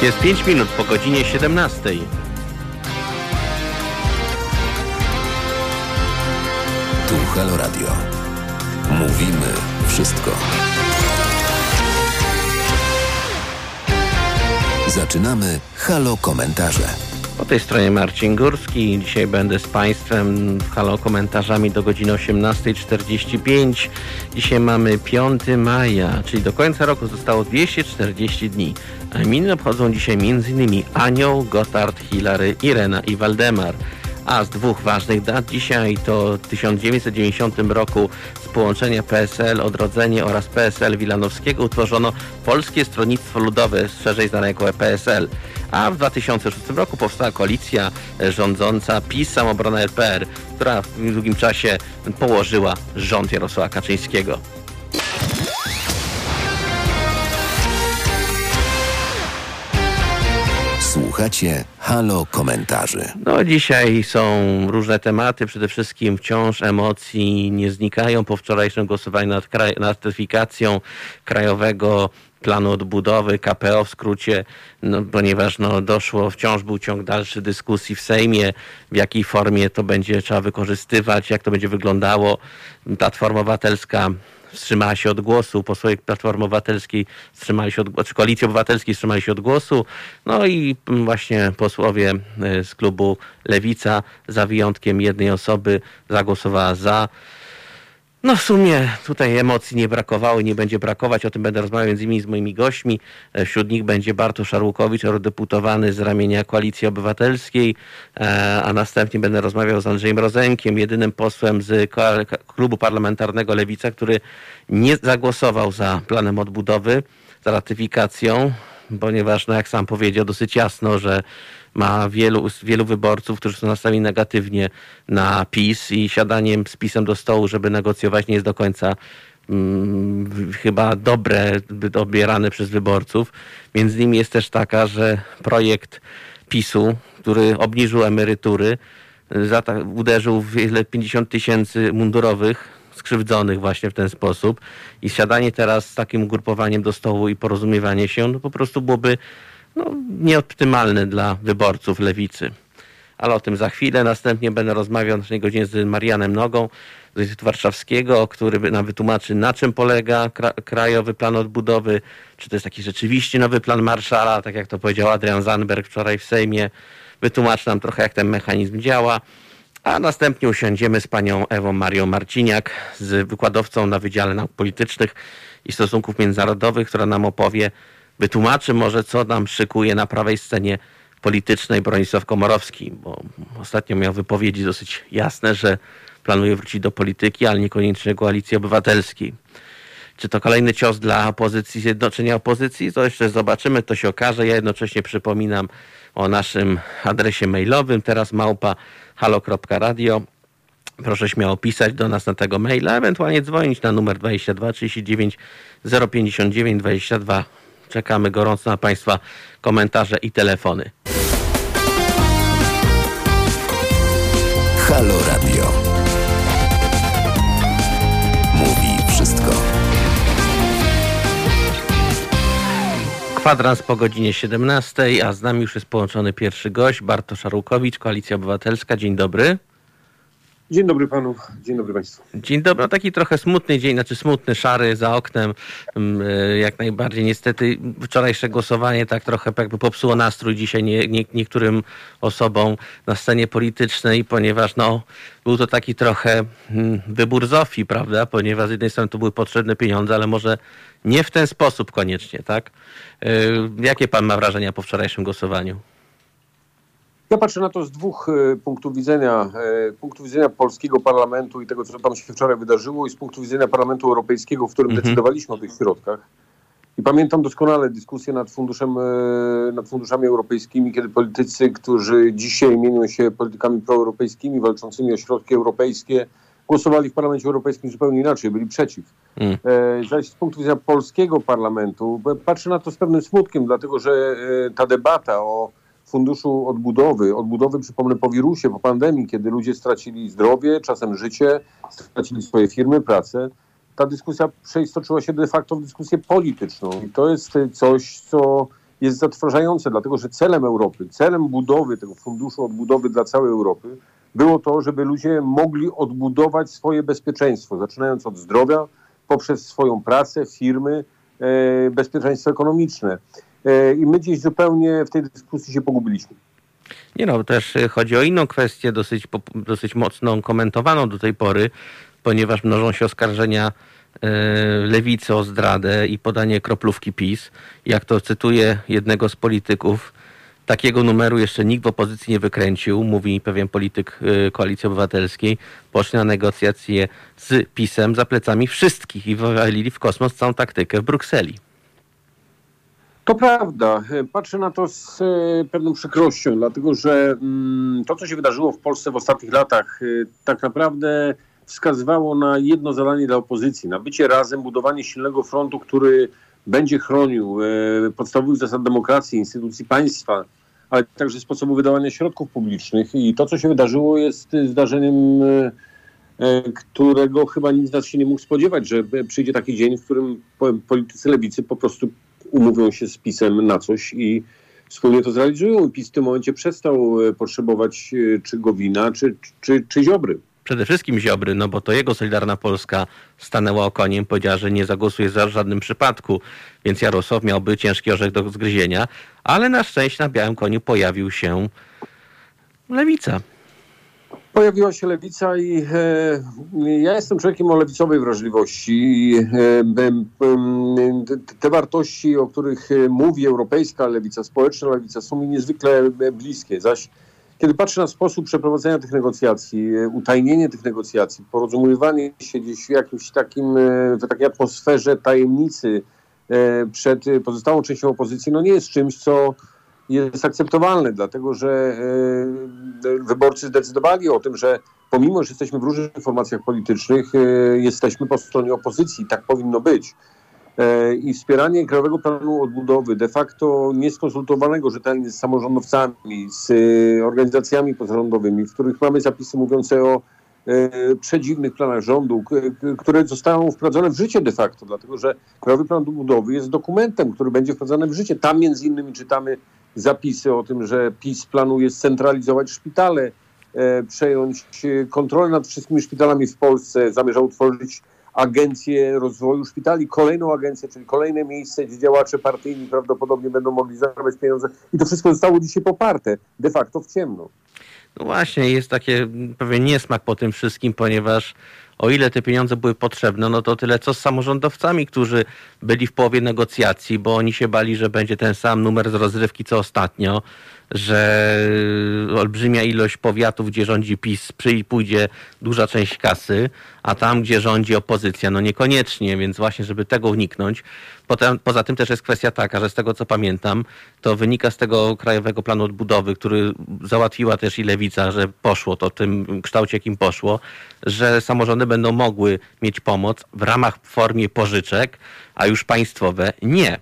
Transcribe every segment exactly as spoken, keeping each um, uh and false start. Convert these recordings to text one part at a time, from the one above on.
Jest pięć minut po godzinie siedemnastej. Tu Halo Radio. Mówimy wszystko. Zaczynamy Halo Komentarze. Po tej stronie Marcin Górski. Dzisiaj będę z Państwem w Halo Komentarzami do godziny osiemnastej czterdzieści pięć. Dzisiaj mamy piątego maja, czyli do końca roku zostało dwieście czterdzieści dni. A imieniny obchodzą dzisiaj m.in. Anioł, Gotthard, Hilary, Irena i Waldemar. A z dwóch ważnych dat dzisiaj to w tysiąc dziewięćset dziewięćdziesiątym roku z połączenia P S L Odrodzenie oraz P S L Wilanowskiego utworzono Polskie Stronnictwo Ludowe, szerzej znane jako P S L. A w dwa tysiące szóstym roku powstała koalicja rządząca PiS Samobrona R P R, która w długim czasie położyła rząd Jarosława Kaczyńskiego. Słuchacie Halo Komentarzy. No dzisiaj są różne tematy, przede wszystkim wciąż emocji nie znikają po wczorajszym głosowaniu nad, kraj, nad ratyfikacją Krajowego Planu Odbudowy, K P O w skrócie, no, ponieważ no, doszło, wciąż był ciąg dalszy dyskusji w Sejmie, w jakiej formie to będzie trzeba wykorzystywać, jak to będzie wyglądało. Platforma Obywatelska wstrzymała się od głosu, posłowie Platformy Obywatelskiej wstrzymali się od głosu, czy Koalicji Obywatelskiej wstrzymali się od głosu, no i właśnie posłowie z klubu Lewica, za wyjątkiem jednej osoby, zagłosowała za. No w sumie tutaj emocji nie brakowało i nie będzie brakować. O tym będę rozmawiał między innymi z moimi gośćmi. Wśród nich będzie Bartosz Arłukowicz, eurodeputowany z ramienia Koalicji Obywatelskiej, a następnie będę rozmawiał z Andrzejem Rozenkiem, jedynym posłem z klubu parlamentarnego Lewica, który nie zagłosował za planem odbudowy, za ratyfikacją, ponieważ, no jak sam powiedział dosyć jasno, że ma wielu, wielu wyborców, którzy są nastawieni negatywnie na PiS i siadaniem z PiS-em do stołu, żeby negocjować, nie jest do końca hmm, chyba dobre, odbierane przez wyborców. Między innymi jest też taka, że projekt PiS-u, który obniżył emerytury, uderzył w pięćdziesiąt tysięcy mundurowych, skrzywdzonych właśnie w ten sposób i siadanie teraz z takim ugrupowaniem do stołu i porozumiewanie się, no po prostu byłoby no, nieoptymalne dla wyborców Lewicy. Ale o tym za chwilę. Następnie będę rozmawiał na naszej godzinie z Marianem Nogą z Instytutu Warszawskiego, który nam wytłumaczy, na czym polega kra- Krajowy Plan Odbudowy, czy to jest taki rzeczywiście nowy plan Marszala, tak jak to powiedział Adrian Zandberg wczoraj w Sejmie. Wytłumaczy nam trochę, jak ten mechanizm działa. A następnie usiądziemy z panią Ewą Marią Marciniak, z wykładowcą na Wydziale Nauk Politycznych i Stosunków Międzynarodowych, która nam opowie, wytłumaczy może, co nam szykuje na prawej scenie politycznej Bronisław Komorowski, bo ostatnio miał wypowiedzi dosyć jasne, że planuje wrócić do polityki, ale niekoniecznie Koalicji Obywatelskiej. Czy to kolejny cios dla opozycji, zjednoczenia opozycji? To jeszcze zobaczymy, to się okaże. Ja jednocześnie przypominam o naszym adresie mailowym, teraz małpa halo kropka radio. Proszę śmiało pisać do nas na tego maila, ewentualnie dzwonić na numer dwadzieścia dwa trzydzieści dziewięć zero pięćdziesiąt dziewięć dwadzieścia dwa. Czekamy gorąco na Państwa komentarze i telefony. Halo Radio. Mówi wszystko. Kwadrans po godzinie siedemnastej, a z nami już jest połączony pierwszy gość, Bartosz Arłukowicz, Koalicja Obywatelska. Dzień dobry. Dzień dobry panu, dzień dobry państwu. Dzień dobry, no taki trochę smutny dzień, znaczy smutny, szary za oknem, jak najbardziej. Niestety wczorajsze głosowanie tak trochę jakby popsuło nastrój dzisiaj nie, nie, niektórym osobom na scenie politycznej, ponieważ no, był to taki trochę wybór Zofii, prawda, ponieważ z jednej strony to były potrzebne pieniądze, ale może nie w ten sposób koniecznie, tak? Jakie pan ma wrażenia po wczorajszym głosowaniu? Ja patrzę na to z dwóch y, punktów widzenia. Y, punktu widzenia polskiego parlamentu i tego, co tam się wczoraj wydarzyło, i z punktu widzenia Parlamentu Europejskiego, w którym mm-hmm. decydowaliśmy o tych środkach. I pamiętam doskonale dyskusję nad funduszem, y, nad funduszami europejskimi, kiedy politycy, którzy dzisiaj mienią się politykami proeuropejskimi, walczącymi o środki europejskie, głosowali w Parlamencie Europejskim zupełnie inaczej, byli przeciw. Mm. E, zaś z punktu widzenia polskiego parlamentu patrzę na to z pewnym smutkiem, dlatego że e, ta debata o Funduszu Odbudowy, odbudowy, przypomnę, po wirusie, po pandemii, kiedy ludzie stracili zdrowie, czasem życie, stracili swoje firmy, pracę, ta dyskusja przeistoczyła się de facto w dyskusję polityczną. I to jest coś, co jest zatrważające, dlatego że celem Europy, celem budowy tego funduszu odbudowy dla całej Europy było to, żeby ludzie mogli odbudować swoje bezpieczeństwo, zaczynając od zdrowia, poprzez swoją pracę, firmy, e, bezpieczeństwo ekonomiczne. E, I my gdzieś zupełnie w tej dyskusji się pogubiliśmy. Nie no, też chodzi o inną kwestię, dosyć, dosyć mocno komentowaną do tej pory, ponieważ mnożą się oskarżenia e, lewicy o zdradę i podanie kroplówki PiS. Jak to cytuję jednego z polityków, takiego numeru jeszcze nikt w opozycji nie wykręcił, mówi pewien polityk e, Koalicji Obywatelskiej. Poszli na negocjacje z PiS-em za plecami wszystkich i wywalili w kosmos całą taktykę w Brukseli. To prawda. Patrzę na to z pewną przykrością, dlatego że to, co się wydarzyło w Polsce w ostatnich latach, tak naprawdę wskazywało na jedno zadanie dla opozycji, na bycie razem, budowanie silnego frontu, który będzie chronił podstawowych zasad demokracji, instytucji państwa, ale także sposobu wydawania środków publicznych. I to, co się wydarzyło, jest zdarzeniem, którego chyba nikt z nas się nie mógł spodziewać, że przyjdzie taki dzień, w którym politycy lewicy po prostu umówią się z PiS-em na coś i wspólnie to zrealizują. PiS w tym momencie przestał potrzebować czy Gowina, czy, czy, czy Ziobry. Przede wszystkim Ziobry, no bo to jego Solidarna Polska stanęła okoniem, powiedziała, że nie zagłosuje za w żadnym przypadku, więc Jarosław miałby ciężki orzech do zgryzienia, ale na szczęście na białym koniu pojawił się Lewica. Pojawiła się Lewica i e, ja jestem człowiekiem o lewicowej wrażliwości. I, e, e, te wartości, o których mówi europejska lewica, społeczna lewica, są mi niezwykle bliskie. Zaś kiedy patrzę na sposób przeprowadzenia tych negocjacji, utajnienie tych negocjacji, porozumiewanie się gdzieś w jakimś takim, w takiej atmosferze tajemnicy e, przed pozostałą częścią opozycji, no nie jest czymś, co jest akceptowalne, dlatego że e, wyborcy zdecydowali o tym, że pomimo, że jesteśmy w różnych formacjach politycznych, e, jesteśmy po stronie opozycji. Tak powinno być. E, I wspieranie Krajowego Planu Odbudowy, de facto nieskonsultowanego rzetelnie z samorządowcami, z e, organizacjami pozarządowymi, w których mamy zapisy mówiące o e, przedziwnych planach rządu, k- które zostają wprowadzone w życie de facto, dlatego że Krajowy Plan Odbudowy jest dokumentem, który będzie wprowadzany w życie. Tam między innymi czytamy zapisy o tym, że PiS planuje scentralizować szpitale, e, przejąć kontrolę nad wszystkimi szpitalami w Polsce, zamierza utworzyć Agencję Rozwoju Szpitali, kolejną agencję, czyli kolejne miejsce, gdzie działacze partyjni prawdopodobnie będą mogli zarabiać pieniądze. I to wszystko zostało dzisiaj poparte, de facto w ciemno. No właśnie, jest takie pewien niesmak po tym wszystkim, ponieważ o ile te pieniądze były potrzebne, no to tyle co z samorządowcami, którzy byli w połowie negocjacji, bo oni się bali, że będzie ten sam numer z rozrywki co ostatnio, że olbrzymia ilość powiatów, gdzie rządzi PiS, pójdzie duża część kasy, a tam, gdzie rządzi opozycja, no niekoniecznie, więc właśnie, żeby tego uniknąć. Potem, poza tym też jest kwestia taka, że z tego co pamiętam, to wynika z tego Krajowego Planu Odbudowy, który załatwiła też i Lewica, że poszło to w tym kształcie, jakim poszło, że samorządy będą mogły mieć pomoc w ramach w formie pożyczek, a już państwowe nie.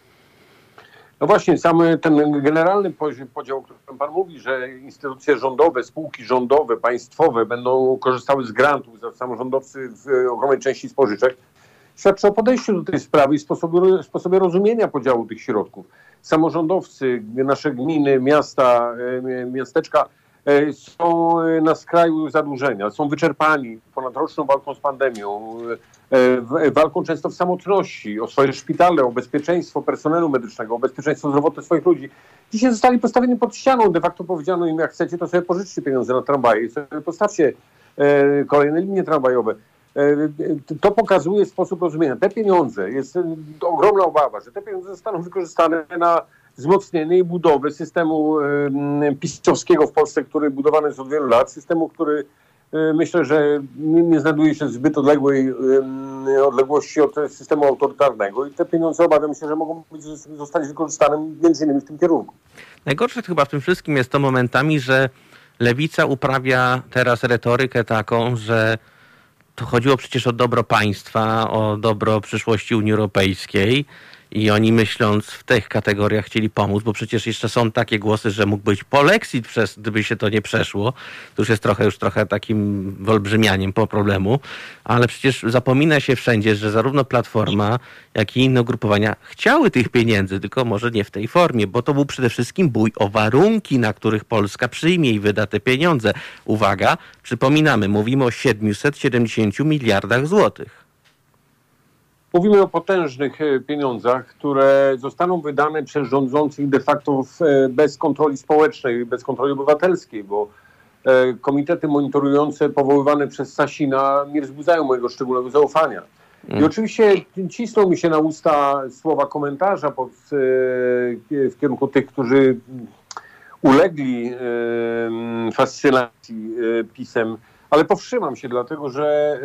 No właśnie, sam ten generalny podział, o którym pan mówi, że instytucje rządowe, spółki rządowe, państwowe będą korzystały z grantów, samorządowcy w ogromnej części z pożyczek, świadczy o podejściu do tej sprawy i sposobie, sposobie rozumienia podziału tych środków. Samorządowcy, nasze gminy, miasta, miasteczka są na skraju zadłużenia, są wyczerpani ponadroczną walką z pandemią, walką często w samotności, o swoje szpitale, o bezpieczeństwo personelu medycznego, o bezpieczeństwo zdrowotne swoich ludzi. Dzisiaj zostali postawieni pod ścianą, de facto powiedziano im, jak chcecie, to sobie pożyczcie pieniądze na tramwaje i sobie postawcie kolejne linie tramwajowe. To pokazuje sposób rozumienia. Te pieniądze, jest ogromna obawa, że te pieniądze zostaną wykorzystane na wzmocnienie i budowę systemu y, pisowskiego w Polsce, który budowany jest od wielu lat. Systemu, który y, myślę, że nie, nie znajduje się w zbyt odległej y, odległości od systemu autorytarnego. I te pieniądze, obawiam się, że mogą być, zostać wykorzystane między innymi w tym kierunku. Najgorsze chyba w tym wszystkim jest to momentami, że Lewica uprawia teraz retorykę taką, że to chodziło przecież o dobro państwa, o dobro przyszłości Unii Europejskiej i oni myśląc w tych kategoriach chcieli pomóc, bo przecież jeszcze są takie głosy, że mógł być polexit, przez, gdyby się to nie przeszło. To już jest trochę już trochę takim wyolbrzymianiem po problemu, ale przecież zapomina się wszędzie, że zarówno Platforma, jak i inne ugrupowania chciały tych pieniędzy, tylko może nie w tej formie, bo to był przede wszystkim bój o warunki, na których Polska przyjmie i wyda te pieniądze. Uwaga, przypominamy, mówimy o siedemset siedemdziesiąt miliardach złotych. Mówimy o potężnych pieniądzach, które zostaną wydane przez rządzących de facto w, bez kontroli społecznej, bez kontroli obywatelskiej, bo komitety monitorujące powoływane przez Sasina nie wzbudzają mojego szczególnego zaufania. I oczywiście cisną mi się na usta słowa komentarza pod, w kierunku tych, którzy ulegli fascynacji PiS-em, ale powstrzymam się, dlatego że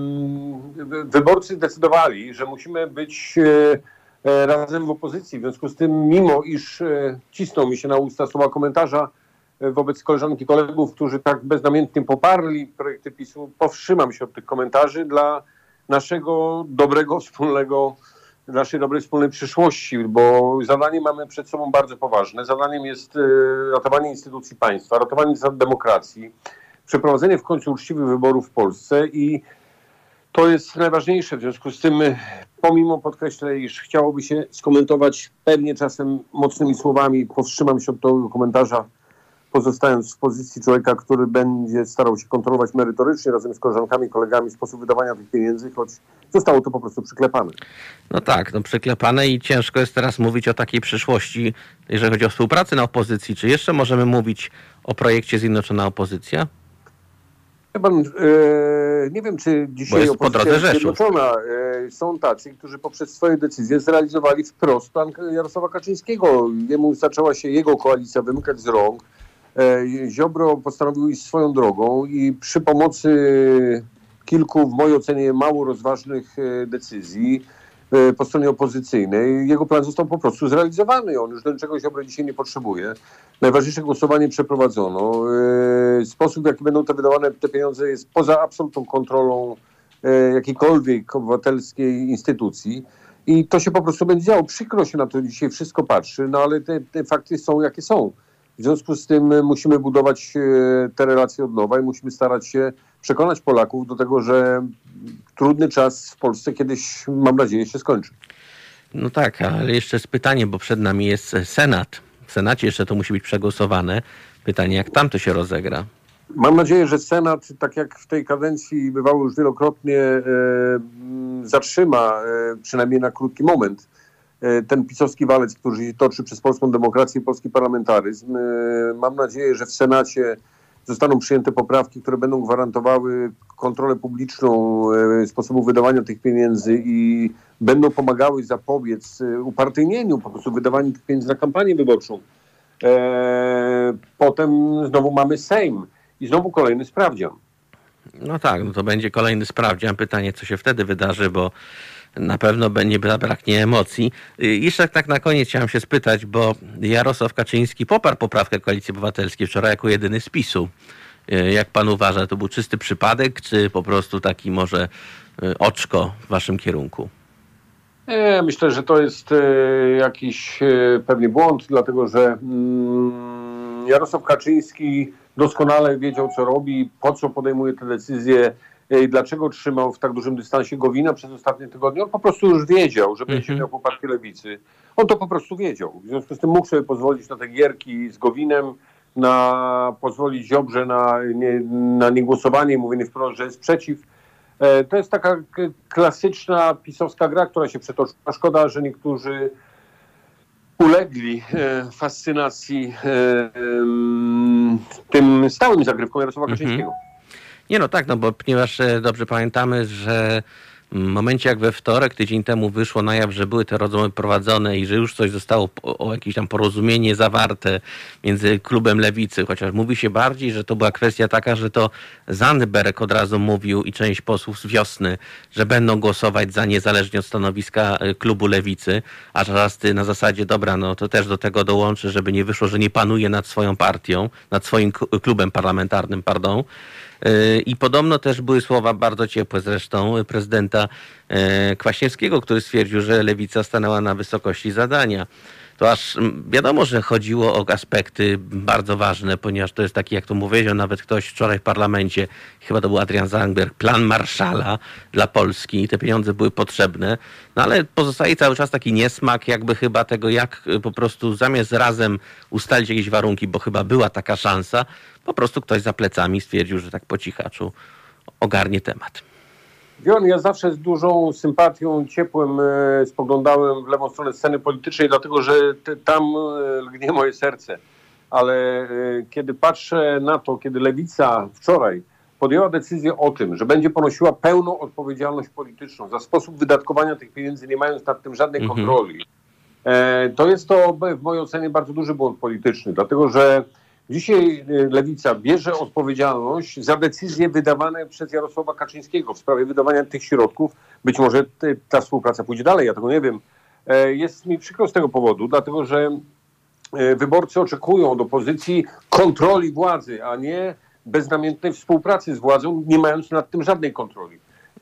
wyborcy zdecydowali, że musimy być razem w opozycji. W związku z tym, mimo iż cisną mi się na usta słowa komentarza wobec koleżanki i kolegów, którzy tak beznamiętnie poparli projekty PiS-u, powstrzymam się od tych komentarzy dla naszego dobrego wspólnego, naszej dobrej wspólnej przyszłości, bo zadanie mamy przed sobą bardzo poważne. Zadaniem jest ratowanie instytucji państwa, ratowanie zasad demokracji, przeprowadzenie w końcu uczciwych wyborów w Polsce i to jest najważniejsze. W związku z tym, pomimo podkreślę, iż chciałoby się skomentować pewnie czasem mocnymi słowami, powstrzymam się od tego komentarza, pozostając w pozycji człowieka, który będzie starał się kontrolować merytorycznie razem z koleżankami, kolegami sposób wydawania tych pieniędzy, choć zostało to po prostu przyklepane. No tak, no przyklepane i ciężko jest teraz mówić o takiej przyszłości, jeżeli chodzi o współpracę na opozycji. Czy jeszcze możemy mówić o projekcie Zjednoczona Opozycja? Pan, e, nie wiem, czy dzisiaj opozycja Zjednoczona e, są tacy, którzy poprzez swoje decyzje zrealizowali wprost plan Jarosława Kaczyńskiego. Jemu zaczęła się jego koalicja wymykać z rąk. E, Ziobro postanowił iść swoją drogą i przy pomocy kilku, w mojej ocenie, mało rozważnych decyzji po stronie opozycyjnej, jego plan został po prostu zrealizowany. On już do niczego Ziobro dzisiaj nie potrzebuje. Najważniejsze głosowanie przeprowadzono. Sposób, w jaki będą te wydawane te pieniądze, jest poza absolutną kontrolą jakiejkolwiek obywatelskiej instytucji. I to się po prostu będzie działo. Przykro się na to dzisiaj wszystko patrzy, no ale te, te fakty są, jakie są. W związku z tym musimy budować te relacje od nowa i musimy starać się przekonać Polaków do tego, że trudny czas w Polsce kiedyś, mam nadzieję, się skończy. No tak, ale jeszcze jest pytanie, bo przed nami jest Senat. W Senacie jeszcze to musi być przegłosowane. Pytanie, jak tam to się rozegra? Mam nadzieję, że Senat, tak jak w tej kadencji bywało już wielokrotnie, e, zatrzyma, e, przynajmniej na krótki moment, e, ten pisowski walec, który się toczy przez polską demokrację i polski parlamentaryzm. E, mam nadzieję, że w Senacie zostaną przyjęte poprawki, które będą gwarantowały kontrolę publiczną e, sposobu wydawania tych pieniędzy i będą pomagały zapobiec e, upartyjnieniu, po prostu wydawaniu tych pieniędzy na kampanię wyborczą. E, potem znowu mamy Sejm i znowu kolejny sprawdzian. No tak, no to będzie kolejny sprawdzian. Pytanie, co się wtedy wydarzy, bo na pewno nie zabraknie emocji. Jeszcze tak na koniec chciałem się spytać, bo Jarosław Kaczyński poparł poprawkę Koalicji Obywatelskiej wczoraj jako jedyny z PiS-u. Jak pan uważa, to był czysty przypadek, czy po prostu taki może oczko w waszym kierunku? Nie, myślę, że to jest e, jakiś e, pewnie błąd, dlatego że mm, Jarosław Kaczyński doskonale wiedział, co robi, po co podejmuje te decyzje i dlaczego trzymał w tak dużym dystansie Gowina przez ostatnie tygodnie. On po prostu już wiedział, że będzie miał poparcie Lewicy. On to po prostu wiedział. W związku z tym mógł sobie pozwolić na te gierki z Gowinem, na pozwolić Ziobrze na, nie, na niegłosowanie i mówienie wprost, że jest przeciw. E, to jest taka k- klasyczna pisowska gra, która się przetoczyła. Szkoda, że niektórzy ulegli e, fascynacji e, e, tym stałym zagrywką Jarosława Kaczyńskiego. Nie no tak, no bo ponieważ dobrze pamiętamy, że w momencie jak we wtorek, tydzień temu wyszło na jaw, że były te rozmowy prowadzone i że już coś zostało o, o jakieś tam porozumienie zawarte między klubem Lewicy, chociaż mówi się bardziej, że to była kwestia taka, że to Zandberg od razu mówił i część posłów z Wiosny, że będą głosować za niezależnie od stanowiska klubu Lewicy, a teraz ty na zasadzie, dobra, no to też do tego dołączy, żeby nie wyszło, że nie panuje nad swoją partią, nad swoim klubem parlamentarnym, pardon. I podobno też były słowa bardzo ciepłe zresztą prezydenta Kwaśniewskiego, który stwierdził, że Lewica stanęła na wysokości zadania. To aż wiadomo, że chodziło o aspekty bardzo ważne, ponieważ to jest taki, jak to mówił nawet ktoś wczoraj w parlamencie, chyba to był Adrian Zandberg, plan Marszala dla Polski. Te pieniądze były potrzebne, no ale pozostaje cały czas taki niesmak jakby chyba tego, jak po prostu zamiast razem ustalić jakieś warunki, bo chyba była taka szansa, po prostu ktoś za plecami stwierdził, że tak po cichaczu ogarnie temat. Wion, ja zawsze z dużą sympatią, ciepłem e, spoglądałem w lewą stronę sceny politycznej, dlatego że te, tam e, lgnie moje serce. Ale e, kiedy patrzę na to, kiedy Lewica wczoraj podjęła decyzję o tym, że będzie ponosiła pełną odpowiedzialność polityczną za sposób wydatkowania tych pieniędzy, nie mając nad tym żadnej mhm. kontroli, e, to jest to w mojej ocenie bardzo duży błąd polityczny, dlatego że dzisiaj Lewica bierze odpowiedzialność za decyzje wydawane przez Jarosława Kaczyńskiego w sprawie wydawania tych środków. Być może te, ta współpraca pójdzie dalej, ja tego nie wiem. Jest mi przykro z tego powodu, dlatego że wyborcy oczekują od opozycji kontroli władzy, a nie beznamiętnej współpracy z władzą, nie mając nad tym żadnej kontroli.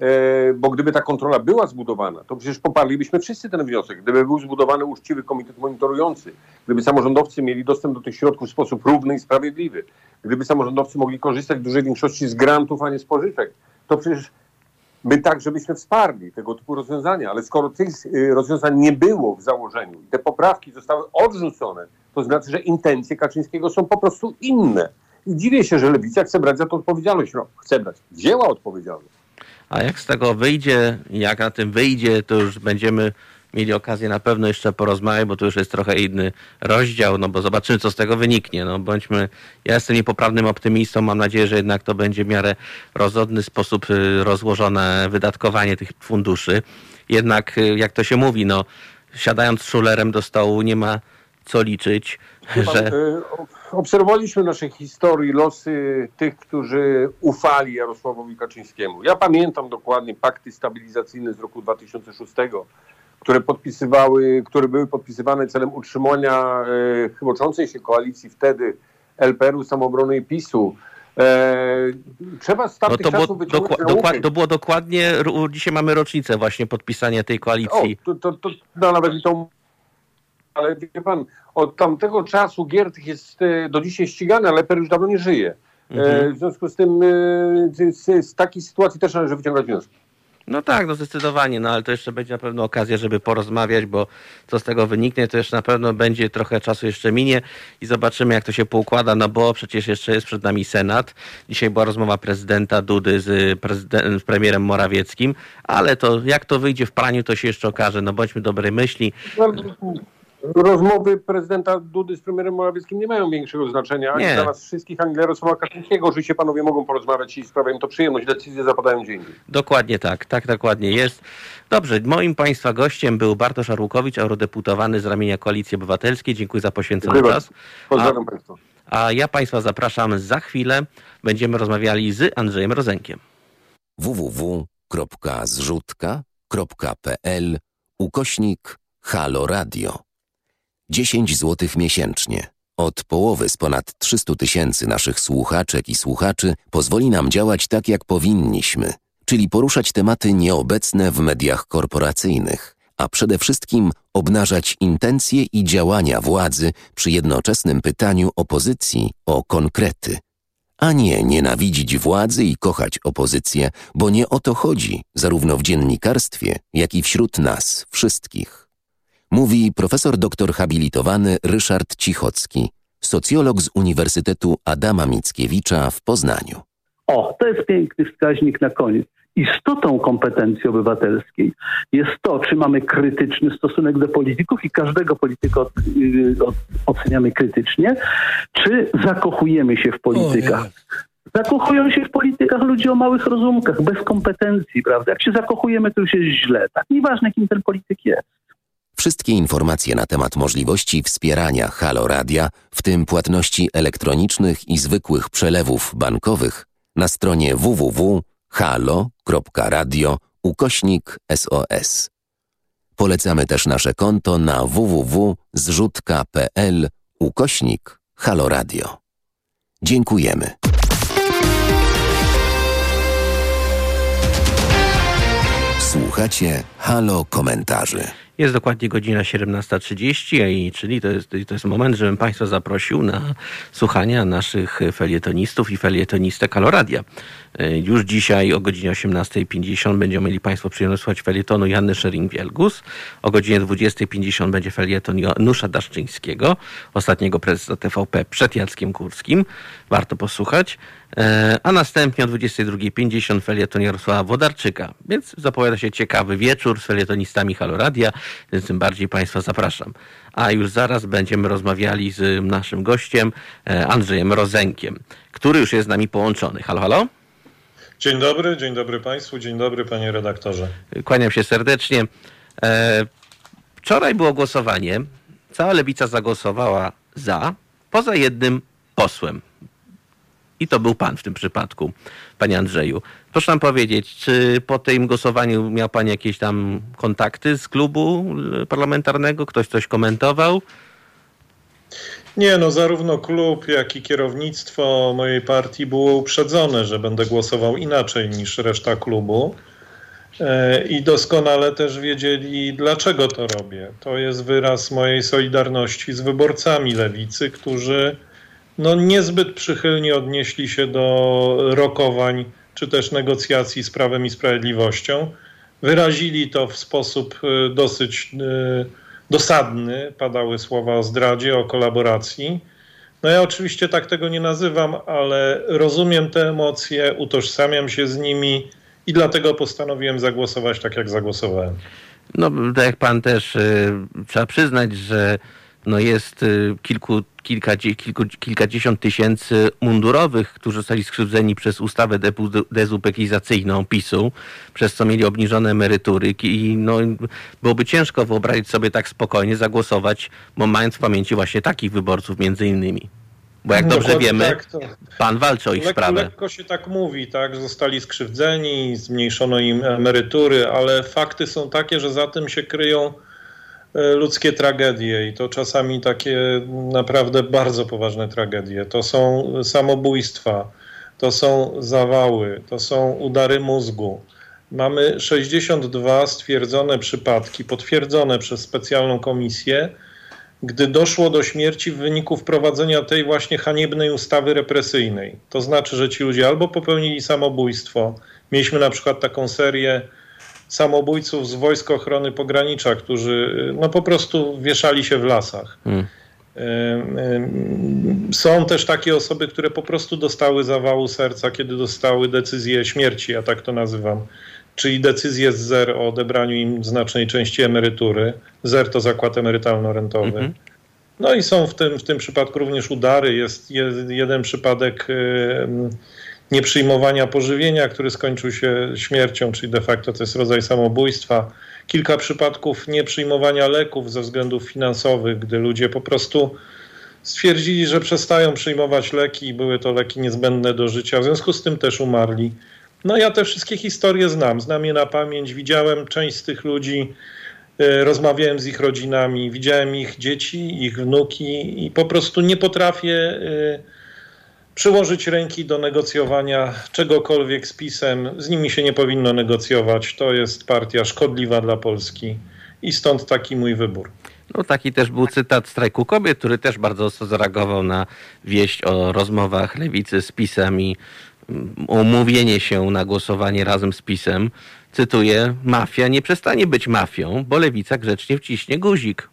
Bo gdyby ta kontrola była zbudowana, to przecież poparlibyśmy wszyscy ten wniosek. Gdyby był zbudowany uczciwy komitet monitorujący, gdyby samorządowcy mieli dostęp do tych środków w sposób równy i sprawiedliwy, gdyby samorządowcy mogli korzystać w dużej większości z grantów, a nie z pożyczek, to przecież my także byśmy wsparli tego typu rozwiązania. Ale skoro tych rozwiązań nie było w założeniu i te poprawki zostały odrzucone, to znaczy, że intencje Kaczyńskiego są po prostu inne. I dziwię się, że Lewica chce brać za to odpowiedzialność. No, chce brać. Wzięła odpowiedzialność. A jak z tego wyjdzie, jak na tym wyjdzie, to już będziemy mieli okazję na pewno jeszcze porozmawiać, bo to już jest trochę inny rozdział, no bo zobaczymy, co z tego wyniknie. No bądźmy, ja jestem niepoprawnym optymistą, mam nadzieję, że jednak to będzie w miarę rozsądny sposób rozłożone wydatkowanie tych funduszy. Jednak, jak to się mówi, no siadając z szulerem do stołu nie ma co liczyć, Chyba, że... Obserwowaliśmy w naszej historii losy tych, którzy ufali Jarosławowi Kaczyńskiemu. Ja pamiętam dokładnie pakty stabilizacyjne z roku dwa tysiące szóstego, które podpisywały, które były podpisywane celem utrzymania e, chyboczącej się koalicji wtedy L P R-u, Samoobrony i PiSu. E, trzeba z tamtych no to czasów było, dokła- dokła- to było dokładnie, dzisiaj mamy rocznicę właśnie podpisania tej koalicji. O, to, to, to no, nawet i tą... Ale wie pan, od tamtego czasu Giertych jest do dzisiaj ścigany, ale L P R już dawno nie żyje. Mhm. W związku z tym z, z takiej sytuacji też należy wyciągać wnioski. No tak, no zdecydowanie, no ale to jeszcze będzie na pewno okazja, żeby porozmawiać, bo co z tego wyniknie, to jeszcze na pewno będzie trochę czasu jeszcze minie i zobaczymy, jak to się poukłada, no bo przecież jeszcze jest przed nami Senat. Dzisiaj była rozmowa prezydenta Dudy z, prezydent, z premierem Morawieckim, ale to jak to wyjdzie w praniu, to się jeszcze okaże, no bądźmy dobrej myśli. No, rozmowy prezydenta Dudy z premierem Morawieckim nie mają większego znaczenia ani dla nas wszystkich, ani dla Jarosława Kaczyńskiego. Oczywiście panowie mogą porozmawiać i sprawia im to przyjemność. Decyzje zapadają gdzie indziej. Dokładnie tak, tak dokładnie jest. Dobrze, moim państwa gościem był Bartosz Arłukowicz, eurodeputowany z ramienia Koalicji Obywatelskiej. Dziękuję za poświęcony Dziękuję czas. Pozdrawiam państwa. A ja państwa zapraszam za chwilę. Będziemy rozmawiali z Andrzejem Rozenkiem. w w w kropka zrzutka kropka p l ukośnik Halo Radio. dziesięć złotych miesięcznie. Od połowy z ponad trzystu tysięcy naszych słuchaczek i słuchaczy pozwoli nam działać tak, jak powinniśmy, czyli poruszać tematy nieobecne w mediach korporacyjnych, a przede wszystkim obnażać intencje i działania władzy przy jednoczesnym pytaniu opozycji o konkrety. A nie nienawidzić władzy i kochać opozycję, bo nie o to chodzi, zarówno w dziennikarstwie, jak i wśród nas wszystkich. Mówi profesor doktor habilitowany Ryszard Cichocki, socjolog z Uniwersytetu Adama Mickiewicza w Poznaniu. O, to jest piękny wskaźnik na koniec. Istotą kompetencji obywatelskiej jest to, czy mamy krytyczny stosunek do polityków i każdego polityka od, od, oceniamy krytycznie, czy zakochujemy się w politykach. Zakochują się w politykach ludzie o małych rozumkach, bez kompetencji, prawda? Jak się zakochujemy, to już jest źle. Tak, nieważne, kim ten polityk jest. Wszystkie informacje na temat możliwości wspierania Halo Radia, w tym płatności elektronicznych i zwykłych przelewów bankowych, na stronie w w w kropka halo kropka radio ukośnik S O S. Polecamy też nasze konto na w w w kropka zrzutka kropka p l ukośnik Halo Radio. Dziękujemy. Słuchacie Halo Komentarzy. Jest dokładnie godzina siedemnasta trzydzieści, czyli to jest, to jest moment, żebym Państwa zaprosił na słuchania naszych felietonistów i felietonistek Halo Radia. Już dzisiaj o godzinie osiemnasta pięćdziesiąt będziemy mieli Państwo przyjemność słuchać felietonu Joanny Schering-Wielgus. O godzinie dwudziesta pięćdziesiąt będzie felieton Janusza Daszczyńskiego, ostatniego prezesa T V P przed Jackiem Kurskim. Warto posłuchać. A następnie o dwudziesta druga pięćdziesiąt felieton Jarosława Wodarczyka. Więc zapowiada się ciekawy wieczór z felietonistami Halo Radia, więc tym bardziej Państwa zapraszam. A już zaraz będziemy rozmawiali z naszym gościem Andrzejem Rozenkiem, który już jest z nami połączony. Halo, halo? Dzień dobry, dzień dobry Państwu, dzień dobry Panie redaktorze. Kłaniam się serdecznie. Wczoraj było głosowanie. Cała Lewica zagłosowała za, poza jednym posłem. I to był pan w tym przypadku, panie Andrzeju. Proszę nam powiedzieć, czy po tym głosowaniu miał pan jakieś tam kontakty z klubu parlamentarnego? Ktoś coś komentował? Nie, no zarówno klub, jak i kierownictwo mojej partii było uprzedzone, że będę głosował inaczej niż reszta klubu. I doskonale też wiedzieli, dlaczego to robię. To jest wyraz mojej solidarności z wyborcami lewicy, którzy no niezbyt przychylnie odnieśli się do rokowań czy też negocjacji z Prawem i Sprawiedliwością. Wyrazili to w sposób dosyć dosadny. Padały słowa o zdradzie, o kolaboracji. No ja oczywiście tak tego nie nazywam, ale rozumiem te emocje, utożsamiam się z nimi i dlatego postanowiłem zagłosować tak, jak zagłosowałem. No tak jak pan też, y, trzeba przyznać, że no jest y, kilku Kilka, kilku, kilkadziesiąt tysięcy mundurowych, którzy zostali skrzywdzeni przez ustawę dezubekizacyjną PiSu, przez co mieli obniżone emerytury i no, byłoby ciężko wyobrazić sobie tak spokojnie zagłosować, bo mając w pamięci właśnie takich wyborców między innymi. Bo jak dobrze Dokładnie wiemy, tak, to pan walczy o ich lekko, sprawę. Lekko się tak mówi, tak, że zostali skrzywdzeni, zmniejszono im emerytury, ale fakty są takie, że za tym się kryją ludzkie tragedie i to czasami takie naprawdę bardzo poważne tragedie. To są samobójstwa, to są zawały, to są udary mózgu. Mamy sześćdziesiąt dwa stwierdzone przypadki, potwierdzone przez specjalną komisję, gdy doszło do śmierci w wyniku wprowadzenia tej właśnie haniebnej ustawy represyjnej. To znaczy, że ci ludzie albo popełnili samobójstwo. Mieliśmy na przykład taką serię samobójców z Wojsk Ochrony Pogranicza, którzy no po prostu wieszali się w lasach. Hmm. Są też takie osoby, które po prostu dostały zawału serca, kiedy dostały decyzję śmierci, ja tak to nazywam, czyli decyzję z Z E R o odebraniu im znacznej części emerytury. Z E R to zakład emerytalno-rentowy. Hmm. No i są w tym, w tym przypadku również udary. Jest, jest jeden przypadek nieprzyjmowania pożywienia, który skończył się śmiercią, czyli de facto to jest rodzaj samobójstwa. Kilka przypadków nieprzyjmowania leków ze względów finansowych, gdy ludzie po prostu stwierdzili, że przestają przyjmować leki i były to leki niezbędne do życia, w związku z tym też umarli. No ja te wszystkie historie znam, znam je na pamięć, widziałem część z tych ludzi, rozmawiałem z ich rodzinami, widziałem ich dzieci, ich wnuki i po prostu nie potrafię przyłożyć ręki do negocjowania czegokolwiek z PiS-em. Z nimi się nie powinno negocjować. To jest partia szkodliwa dla Polski i stąd taki mój wybór. No taki też był cytat Strajku Kobiet, który też bardzo ostro zareagował na wieść o rozmowach lewicy z PiS-em i umówienie się na głosowanie razem z PiS-em. Cytuję, mafia nie przestanie być mafią, bo lewica grzecznie wciśnie guzik.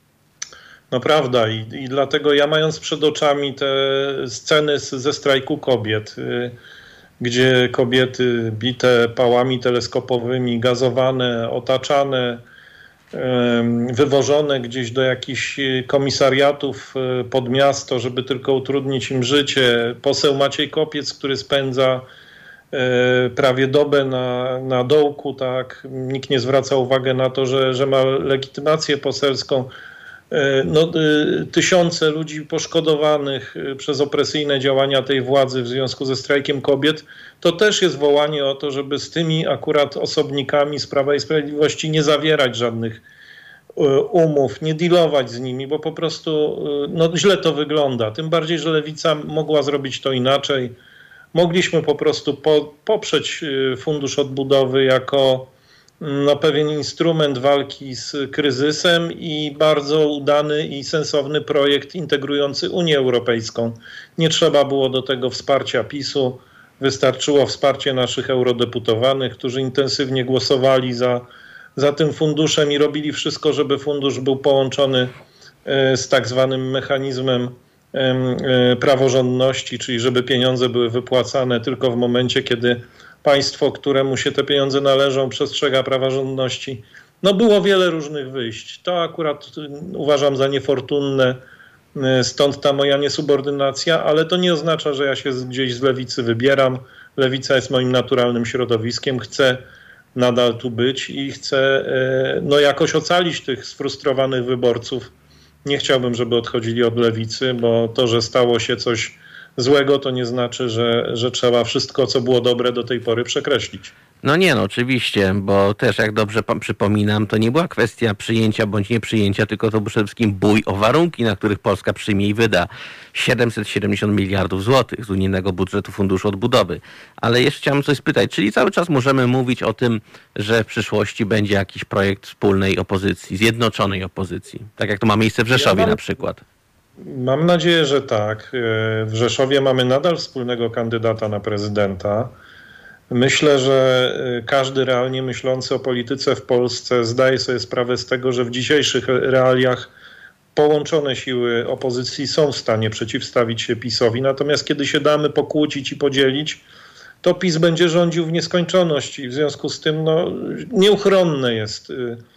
No prawda i, i dlatego ja mając przed oczami te sceny z, ze Strajku Kobiet, y, gdzie kobiety bite pałami teleskopowymi, gazowane, otaczane, y, wywożone gdzieś do jakichś komisariatów y, pod miasto, żeby tylko utrudnić im życie. Poseł Maciej Kopiec, który spędza y, prawie dobę na, na dołku, tak, nikt nie zwraca uwagi na to, że, że ma legitymację poselską. No, tysiące ludzi poszkodowanych przez opresyjne działania tej władzy w związku ze strajkiem kobiet, to też jest wołanie o to, żeby z tymi akurat osobnikami z Prawa i Sprawiedliwości nie zawierać żadnych umów, nie dealować z nimi, bo po prostu no, źle to wygląda. Tym bardziej, że Lewica mogła zrobić to inaczej. Mogliśmy po prostu po, poprzeć Fundusz Odbudowy jako no, pewien instrument walki z kryzysem i bardzo udany i sensowny projekt integrujący Unię Europejską. Nie trzeba było do tego wsparcia PiSu, wystarczyło wsparcie naszych eurodeputowanych, którzy intensywnie głosowali za, za tym funduszem i robili wszystko, żeby fundusz był połączony z tak zwanym mechanizmem praworządności, czyli żeby pieniądze były wypłacane tylko w momencie, kiedy państwo, któremu się te pieniądze należą, przestrzega praworządności. No było wiele różnych wyjść. To akurat uważam za niefortunne, stąd ta moja niesubordynacja, ale to nie oznacza, że ja się gdzieś z lewicy wybieram. Lewica jest moim naturalnym środowiskiem. Chcę nadal tu być i chcę no, jakoś ocalić tych sfrustrowanych wyborców. Nie chciałbym, żeby odchodzili od lewicy, bo to, że stało się coś złego, to nie znaczy, że, że trzeba wszystko, co było dobre do tej pory, przekreślić. No nie, no oczywiście, bo też jak dobrze przypominam, to nie była kwestia przyjęcia bądź nieprzyjęcia, tylko to był przede wszystkim bój o warunki, na których Polska przyjmie i wyda siedemset siedemdziesiąt miliardów złotych z unijnego budżetu Funduszu Odbudowy. Ale jeszcze chciałem coś spytać, czyli cały czas możemy mówić o tym, że w przyszłości będzie jakiś projekt wspólnej opozycji, zjednoczonej opozycji, tak jak to ma miejsce w Rzeszowie ja mam... na przykład. Mam nadzieję, że tak. W Rzeszowie mamy nadal wspólnego kandydata na prezydenta. Myślę, że każdy realnie myślący o polityce w Polsce zdaje sobie sprawę z tego, że w dzisiejszych realiach połączone siły opozycji są w stanie przeciwstawić się PiS-owi. Natomiast kiedy się damy pokłócić i podzielić, to PiS będzie rządził w nieskończoność i w związku z tym no, nieuchronne jest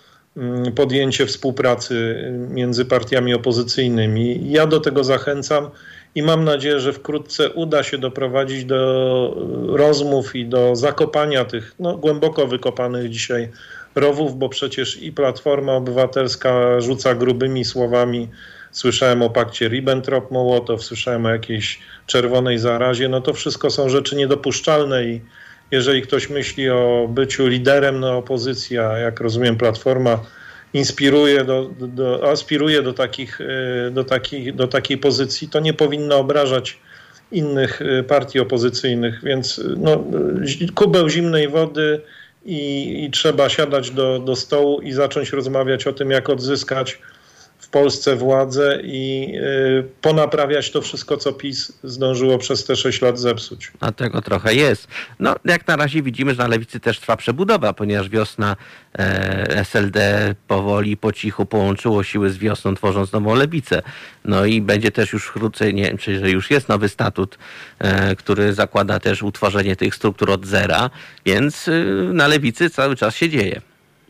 podjęcie współpracy między partiami opozycyjnymi. Ja do tego zachęcam i mam nadzieję, że wkrótce uda się doprowadzić do rozmów i do zakopania tych no, głęboko wykopanych dzisiaj rowów, bo przecież i Platforma Obywatelska rzuca grubymi słowami. Słyszałem o pakcie Ribbentrop-Mołotow, słyszałem o jakiejś czerwonej zarazie. No to wszystko są rzeczy niedopuszczalne i jeżeli ktoś myśli o byciu liderem na opozycji, a jak rozumiem Platforma inspiruje do, do, aspiruje do, takich, do, takich, do takiej pozycji, to nie powinno obrażać innych partii opozycyjnych. Więc no, kubeł zimnej wody i, i trzeba siadać do, do stołu i zacząć rozmawiać o tym, jak odzyskać w Polsce władzę i y, ponaprawiać to wszystko, co PiS zdążyło przez te sześć lat zepsuć. A tego trochę jest. No, jak na razie widzimy, że na lewicy też trwa przebudowa, ponieważ wiosna e, S L D powoli, po cichu połączyło siły z wiosną, tworząc nową lewicę. No i będzie też już wkrótce, nie wiem, czy że już jest nowy statut, e, który zakłada też utworzenie tych struktur od zera, więc e, na lewicy cały czas się dzieje.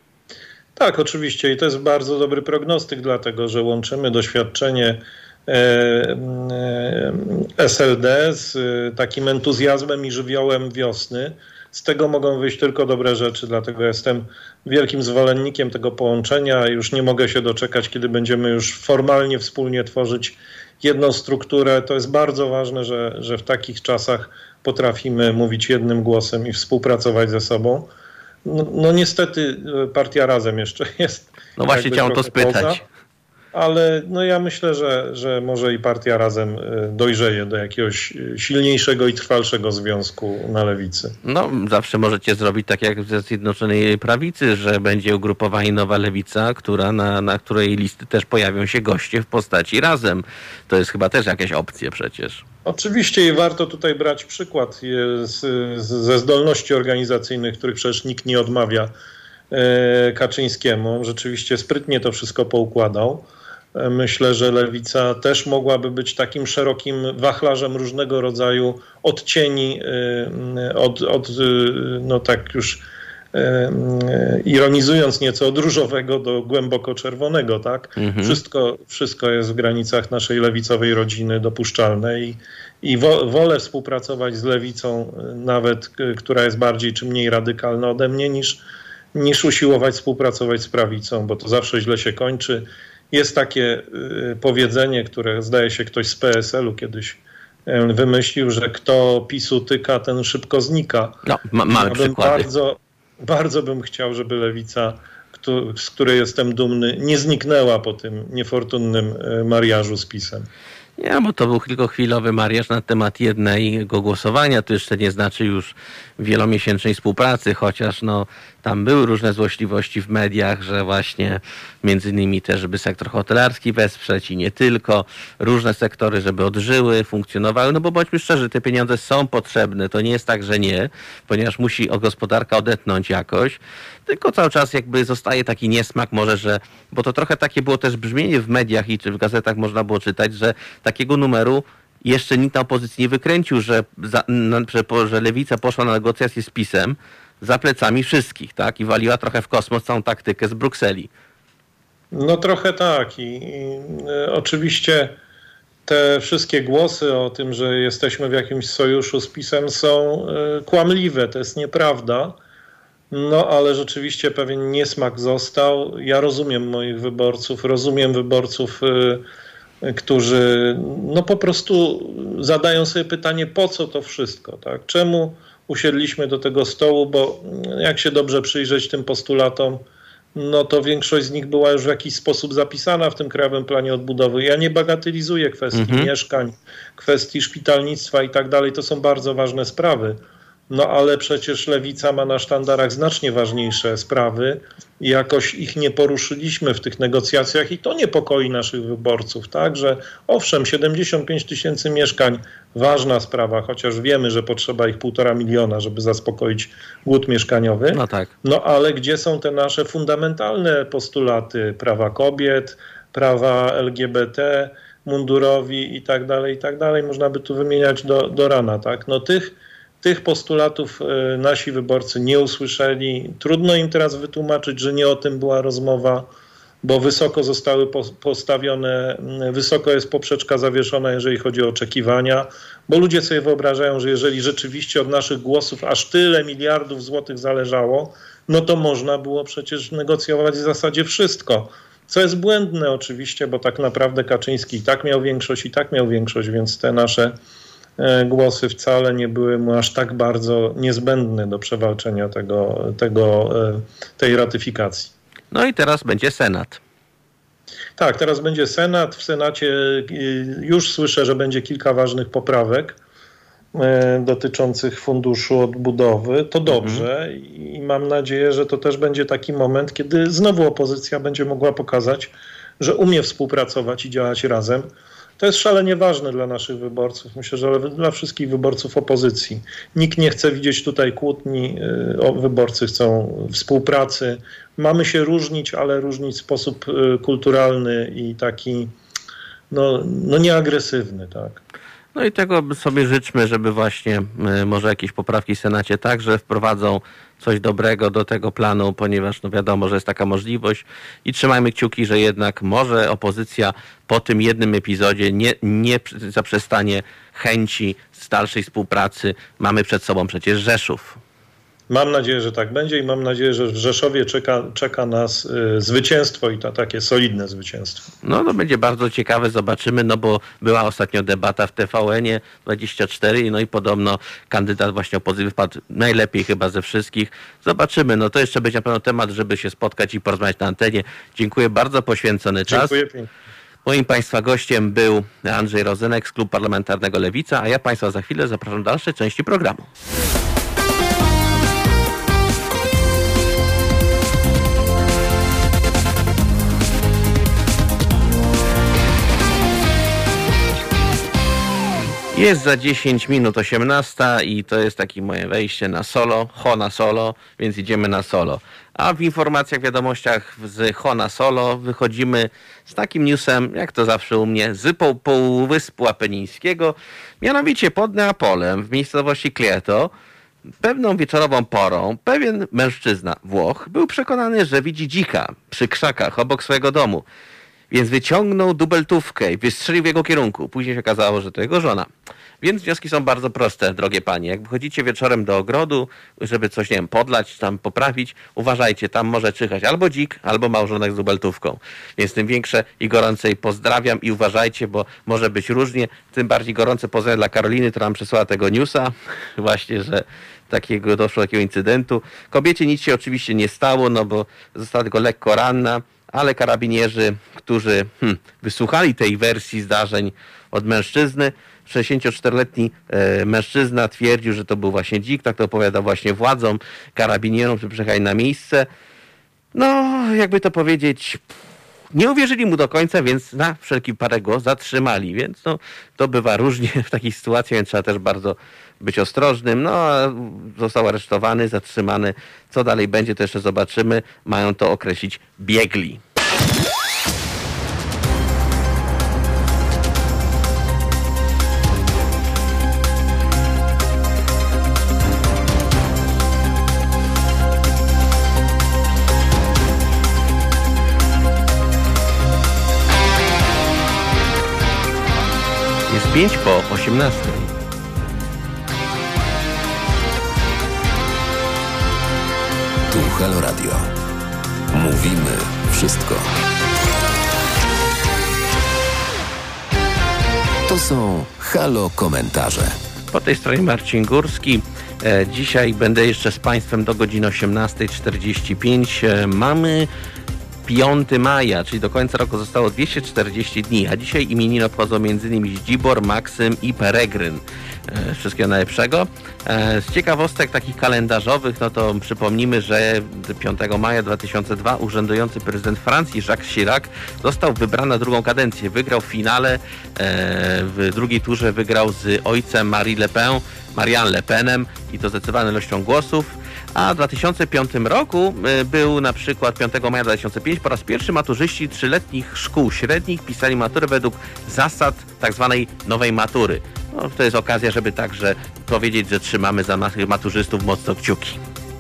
Tak, oczywiście i to jest bardzo dobry prognostyk, dlatego że łączymy doświadczenie S L D z takim entuzjazmem i żywiołem wiosny. Z tego mogą wyjść tylko dobre rzeczy, dlatego jestem wielkim zwolennikiem tego połączenia. Już nie mogę się doczekać, kiedy będziemy już formalnie wspólnie tworzyć jedną strukturę. To jest bardzo ważne, że, że w takich czasach potrafimy mówić jednym głosem i współpracować ze sobą. No, no niestety partia Razem jeszcze jest. No właśnie chciałem to spytać. Poza, ale no ja myślę, że, że może i partia Razem dojrzeje do jakiegoś silniejszego i trwalszego związku na lewicy. No zawsze możecie zrobić tak jak ze Zjednoczonej Prawicy, że będzie ugrupowanie Nowa Lewica, która, na, na której listy też pojawią się goście w postaci Razem. To jest chyba też jakaś opcja przecież. Oczywiście i warto tutaj brać przykład z, z, ze zdolności organizacyjnych, których przecież nikt nie odmawia e, Kaczyńskiemu. Rzeczywiście sprytnie to wszystko poukładał. E, myślę, że Lewica też mogłaby być takim szerokim wachlarzem różnego rodzaju odcieni, e, od, od no tak już e, ironizując nieco, od różowego do głęboko czerwonego, tak? Mhm. Wszystko, wszystko jest w granicach naszej lewicowej rodziny dopuszczalne i, i wo, wolę współpracować z lewicą, nawet która jest bardziej czy mniej radykalna ode mnie, niż, niż usiłować współpracować z prawicą, bo to zawsze źle się kończy. Jest takie y, powiedzenie, które zdaje się ktoś z P S L u kiedyś y, wymyślił, że kto PiSu tyka, ten szybko znika. No, ma, mamy ja przykłady. Bardzo, Bardzo bym chciał, żeby lewica, z której jestem dumny, nie zniknęła po tym niefortunnym mariażu z PiS-em. Nie, bo to był tylko chwilowy mariaż na temat jednego głosowania. To jeszcze nie znaczy już wielomiesięcznej współpracy, chociaż no, tam były różne złośliwości w mediach, że właśnie między innymi też, żeby sektor hotelarski wesprzeć i nie tylko, różne sektory, żeby odżyły, funkcjonowały, no bo bądźmy szczerzy, te pieniądze są potrzebne, to nie jest tak, że nie, ponieważ musi gospodarka odetchnąć jakoś, tylko cały czas jakby zostaje taki niesmak może, że, bo to trochę takie było też brzmienie w mediach i czy w gazetach można było czytać, że takiego numeru jeszcze nikt na opozycji nie wykręcił, że, za, że, że Lewica poszła na negocjacje z PiS-em za plecami wszystkich, tak? I waliła trochę w kosmos całą taktykę z Brukseli. No trochę tak i, i y, oczywiście te wszystkie głosy o tym, że jesteśmy w jakimś sojuszu z PiS-em są y, kłamliwe, to jest nieprawda. No ale rzeczywiście pewien niesmak został. Ja rozumiem moich wyborców, rozumiem wyborców, y, którzy no po prostu zadają sobie pytanie, po co to wszystko, tak? Czemu usiedliśmy do tego stołu, bo jak się dobrze przyjrzeć tym postulatom, no to większość z nich była już w jakiś sposób zapisana w tym Krajowym Planie Odbudowy. Ja nie bagatelizuję kwestii mhm. mieszkań, kwestii szpitalnictwa i tak dalej, to są bardzo ważne sprawy. No ale przecież Lewica ma na sztandarach znacznie ważniejsze sprawy i jakoś ich nie poruszyliśmy w tych negocjacjach i to niepokoi naszych wyborców, tak, że owszem, siedemdziesiąt pięć tysięcy mieszkań, ważna sprawa, chociaż wiemy, że potrzeba ich półtora miliona, żeby zaspokoić głód mieszkaniowy. No tak. No ale gdzie są te nasze fundamentalne postulaty, prawa kobiet, prawa L G B T, mundurowi i tak dalej, i tak dalej, można by tu wymieniać do, do rana, tak, no tych Tych postulatów nasi wyborcy nie usłyszeli. Trudno im teraz wytłumaczyć, że nie o tym była rozmowa, bo wysoko zostały postawione, wysoko jest poprzeczka zawieszona, jeżeli chodzi o oczekiwania, bo ludzie sobie wyobrażają, że jeżeli rzeczywiście od naszych głosów aż tyle miliardów złotych zależało, no to można było przecież negocjować w zasadzie wszystko. Co jest błędne oczywiście, bo tak naprawdę Kaczyński i tak miał większość, i tak miał większość, więc te nasze głosy wcale nie były mu aż tak bardzo niezbędne do przewalczenia tego, tego, tej ratyfikacji. No i teraz będzie Senat. Tak, teraz będzie Senat. W Senacie już słyszę, że będzie kilka ważnych poprawek dotyczących Funduszu Odbudowy. To dobrze mhm. i mam nadzieję, że to też będzie taki moment, kiedy znowu opozycja będzie mogła pokazać, że umie współpracować i działać razem. To jest szalenie ważne dla naszych wyborców, myślę, że dla wszystkich wyborców opozycji. Nikt nie chce widzieć tutaj kłótni, wyborcy chcą współpracy. Mamy się różnić, ale różnić w sposób kulturalny i taki no, no nieagresywny, tak. No i tego sobie życzmy, żeby właśnie może jakieś poprawki w Senacie także wprowadzą coś dobrego do tego planu, ponieważ no wiadomo, że jest taka możliwość i trzymajmy kciuki, że jednak może opozycja po tym jednym epizodzie nie, nie zaprzestanie chęci z dalszej współpracy. Mamy przed sobą przecież Rzeszów. Mam nadzieję, że tak będzie i mam nadzieję, że w Rzeszowie czeka, czeka nas y, zwycięstwo i to takie solidne zwycięstwo. No to będzie bardzo ciekawe, zobaczymy, no bo była ostatnio debata w T V N dwadzieścia cztery, no i podobno kandydat właśnie opozycji wypadł najlepiej chyba ze wszystkich. Zobaczymy, no to jeszcze będzie na pewno temat, żeby się spotkać i porozmawiać na antenie. Dziękuję bardzo, poświęcony czas. Dziękuję pięknie. Moim Państwa gościem był Andrzej Rozenek z Klubu Parlamentarnego Lewica, a ja Państwa za chwilę zapraszam do dalszej części programu. Jest za dziesięć minut osiemnasta i to jest takie moje wejście na solo, Ho na solo, więc idziemy na solo. A w informacjach, wiadomościach z Ho na solo wychodzimy z takim newsem, jak to zawsze u mnie, z pół, Półwyspu Apenińskiego, mianowicie pod Neapolem w miejscowości Clieto, pewną wieczorową porą pewien mężczyzna, Włoch, był przekonany, że widzi dzika przy krzakach obok swojego domu. Więc wyciągnął dubeltówkę i wystrzelił w jego kierunku. Później się okazało, że to jego żona. Więc wnioski są bardzo proste, drogie panie. Jak wychodzicie wieczorem do ogrodu, żeby coś, nie wiem, podlać, tam poprawić, uważajcie, tam może czyhać albo dzik, albo małżonek z dubeltówką. Więc tym większe i gorącej pozdrawiam i uważajcie, bo może być różnie. Tym bardziej gorące pozdrowienia dla Karoliny, która nam przesłała tego newsa. Właśnie, że takiego doszło do takiego incydentu. Kobiecie nic się oczywiście nie stało, no bo została tylko lekko ranna. Ale karabinierzy, którzy hmm, wysłuchali tej wersji zdarzeń, od mężczyzny. sześćdziesięcioczteroletni e, mężczyzna twierdził, że to był właśnie dzik, tak to opowiadał właśnie władzom, karabinierom, którzy przyjechali na miejsce. No, jakby to powiedzieć, nie uwierzyli mu do końca, więc na wszelki wypadek go zatrzymali. Więc no, to bywa różnie w takich sytuacjach, więc trzeba też bardzo być ostrożnym. No, został aresztowany, zatrzymany. Co dalej będzie, to jeszcze zobaczymy. Mają to określić biegli. Jest pięć po osiemnastej. Tu Halo Radio. Mówimy wszystko. To są Halo komentarze. Po tej stronie Marcin Górski. E, dzisiaj będę jeszcze z Państwem do godziny osiemnastej czterdzieści pięć. E, mamy piątego maja, czyli do końca roku zostało dwieście czterdzieści dni, a dzisiaj imieniny obchodzą m.in. Zdzibor, Maksym i Peregryn. E, wszystkiego najlepszego. E, z ciekawostek takich kalendarzowych, no to przypomnimy, że piątego maja dwa tysiące drugiego urzędujący prezydent Francji Jacques Chirac został wybrany na drugą kadencję. Wygrał w finale, e, w drugiej turze wygrał z ojcem Marie Le Pen, Marianne Le Penem i to zdecydowaną ilością głosów. A w dwa tysiące piątym roku był na przykład piątego maja dwa tysiące piątego po raz pierwszy maturzyści trzyletnich szkół średnich pisali maturę według zasad tak zwanej nowej matury. No, to jest okazja, żeby także powiedzieć, że trzymamy za naszych maturzystów mocno kciuki.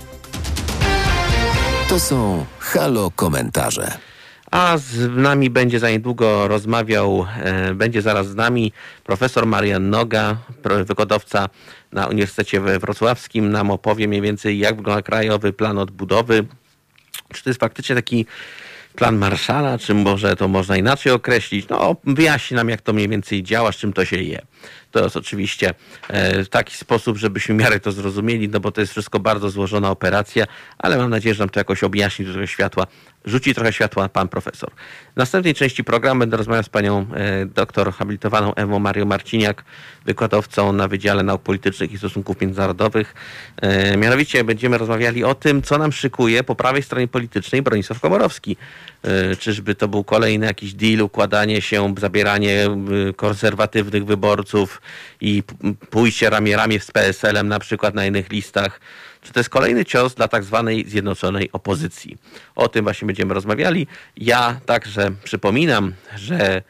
To są Halo komentarze. A z nami będzie za niedługo rozmawiał, e, będzie zaraz z nami profesor Marian Noga, wykładowca na Uniwersytecie Wrocławskim. Nam opowie mniej więcej, jak wygląda Krajowy Plan Odbudowy. Czy to jest faktycznie taki plan Marszala, czy może to można inaczej określić? No, wyjaśni nam, jak to mniej więcej działa, z czym to się je. To jest oczywiście e, w taki sposób, żebyśmy w miarę to zrozumieli, no bo to jest wszystko bardzo złożona operacja, ale mam nadzieję, że nam to jakoś objaśni, trochę światła, rzuci trochę światła pan profesor. W następnej części programu będę rozmawiał z panią e, doktor habilitowaną Ewą Marią Marciniak, wykładowcą na Wydziale Nauk Politycznych i Stosunków Międzynarodowych. E, mianowicie będziemy rozmawiali o tym, co nam szykuje po prawej stronie politycznej Bronisław Komorowski. E, czyżby to był kolejny jakiś deal, układanie się, zabieranie e, konserwatywnych wyborców i pójście ramię ramię z P S L-em na przykład na innych listach. Czy to jest kolejny cios dla tak zwanej zjednoczonej opozycji? O tym właśnie będziemy rozmawiali. Ja także przypominam, że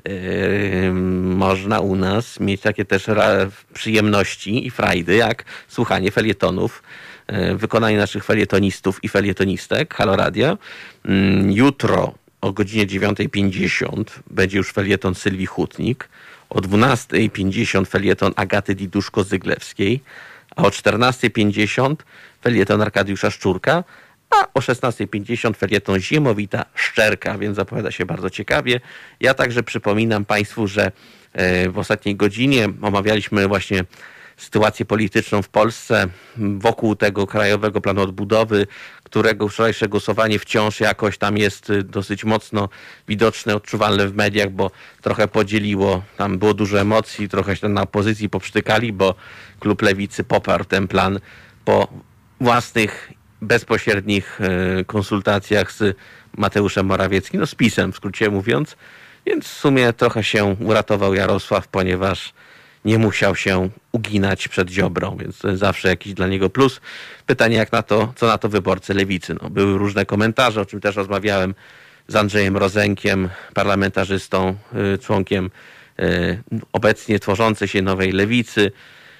yy, można u nas mieć takie też ra- przyjemności i frajdy, jak słuchanie felietonów, yy, wykonanie naszych felietonistów i felietonistek Halo Radio. Yy, jutro o godzinie dziewiąta pięćdziesiąt będzie już felieton Sylwii Hutnik. O dwunasta pięćdziesiąt felieton Agaty Diduszko-Zyglewskiej, a o czternasta pięćdziesiąt felieton Arkadiusza Szczurka, a o szesnasta pięćdziesiąt felieton Ziemowita Szczerka, więc zapowiada się bardzo ciekawie. Ja także przypominam Państwu, że w ostatniej godzinie omawialiśmy właśnie sytuację polityczną w Polsce wokół tego Krajowego Planu Odbudowy, którego wczorajsze głosowanie wciąż jakoś tam jest dosyć mocno widoczne, odczuwalne w mediach, bo trochę podzieliło, tam było dużo emocji, trochę się na opozycji poprztykali, bo klub Lewicy poparł ten plan po własnych, bezpośrednich konsultacjach z Mateuszem Morawieckim, no z PiS-em w skrócie mówiąc, więc w sumie trochę się uratował Jarosław, ponieważ nie musiał się uginać przed Ziobrą, więc to jest zawsze jakiś dla niego plus. Pytanie, jak na to, co na to wyborcy Lewicy. No, były różne komentarze, o czym też rozmawiałem z Andrzejem Rozenkiem, parlamentarzystą, członkiem obecnie tworzącej się nowej Lewicy,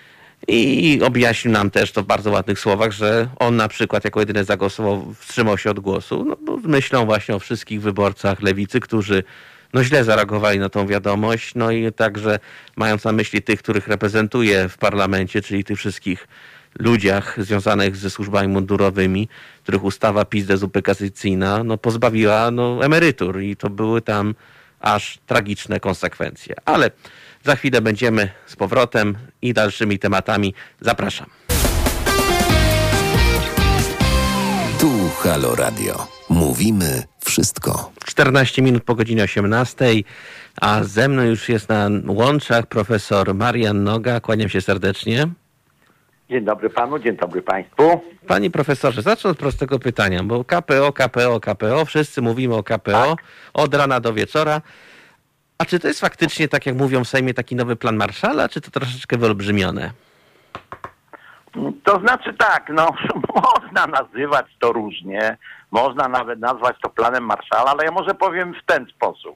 i objaśnił nam też to w bardzo ładnych słowach, że on na przykład jako jedyny zagłosował, wstrzymał się od głosu, no bo myślą właśnie o wszystkich wyborcach Lewicy, którzy no źle zareagowali na tą wiadomość, no i także mając na myśli tych, których reprezentuje w parlamencie, czyli tych wszystkich ludziach związanych ze służbami mundurowymi, których ustawa PiS dezubekacyjna no, pozbawiła no, emerytur i to były tam aż tragiczne konsekwencje. Ale za chwilę będziemy z powrotem i dalszymi tematami. Zapraszam. Tu Halo Radio. Mówimy wszystko. czternaście minut po godzinie osiemnastej, a ze mną już jest na łączach profesor Marian Noga. Kłaniam się serdecznie. Dzień dobry panu, dzień dobry państwu. Panie profesorze, zacznę od prostego pytania, bo K P O, K P O, K P O, wszyscy mówimy o K P O tak. Od rana do wieczora. A czy to jest faktycznie, tak jak mówią w Sejmie, taki nowy plan Marszala, czy to troszeczkę wyolbrzymione? To znaczy tak, no można nazywać to różnie, można nawet nazwać to planem Marszala, ale ja może powiem w ten sposób,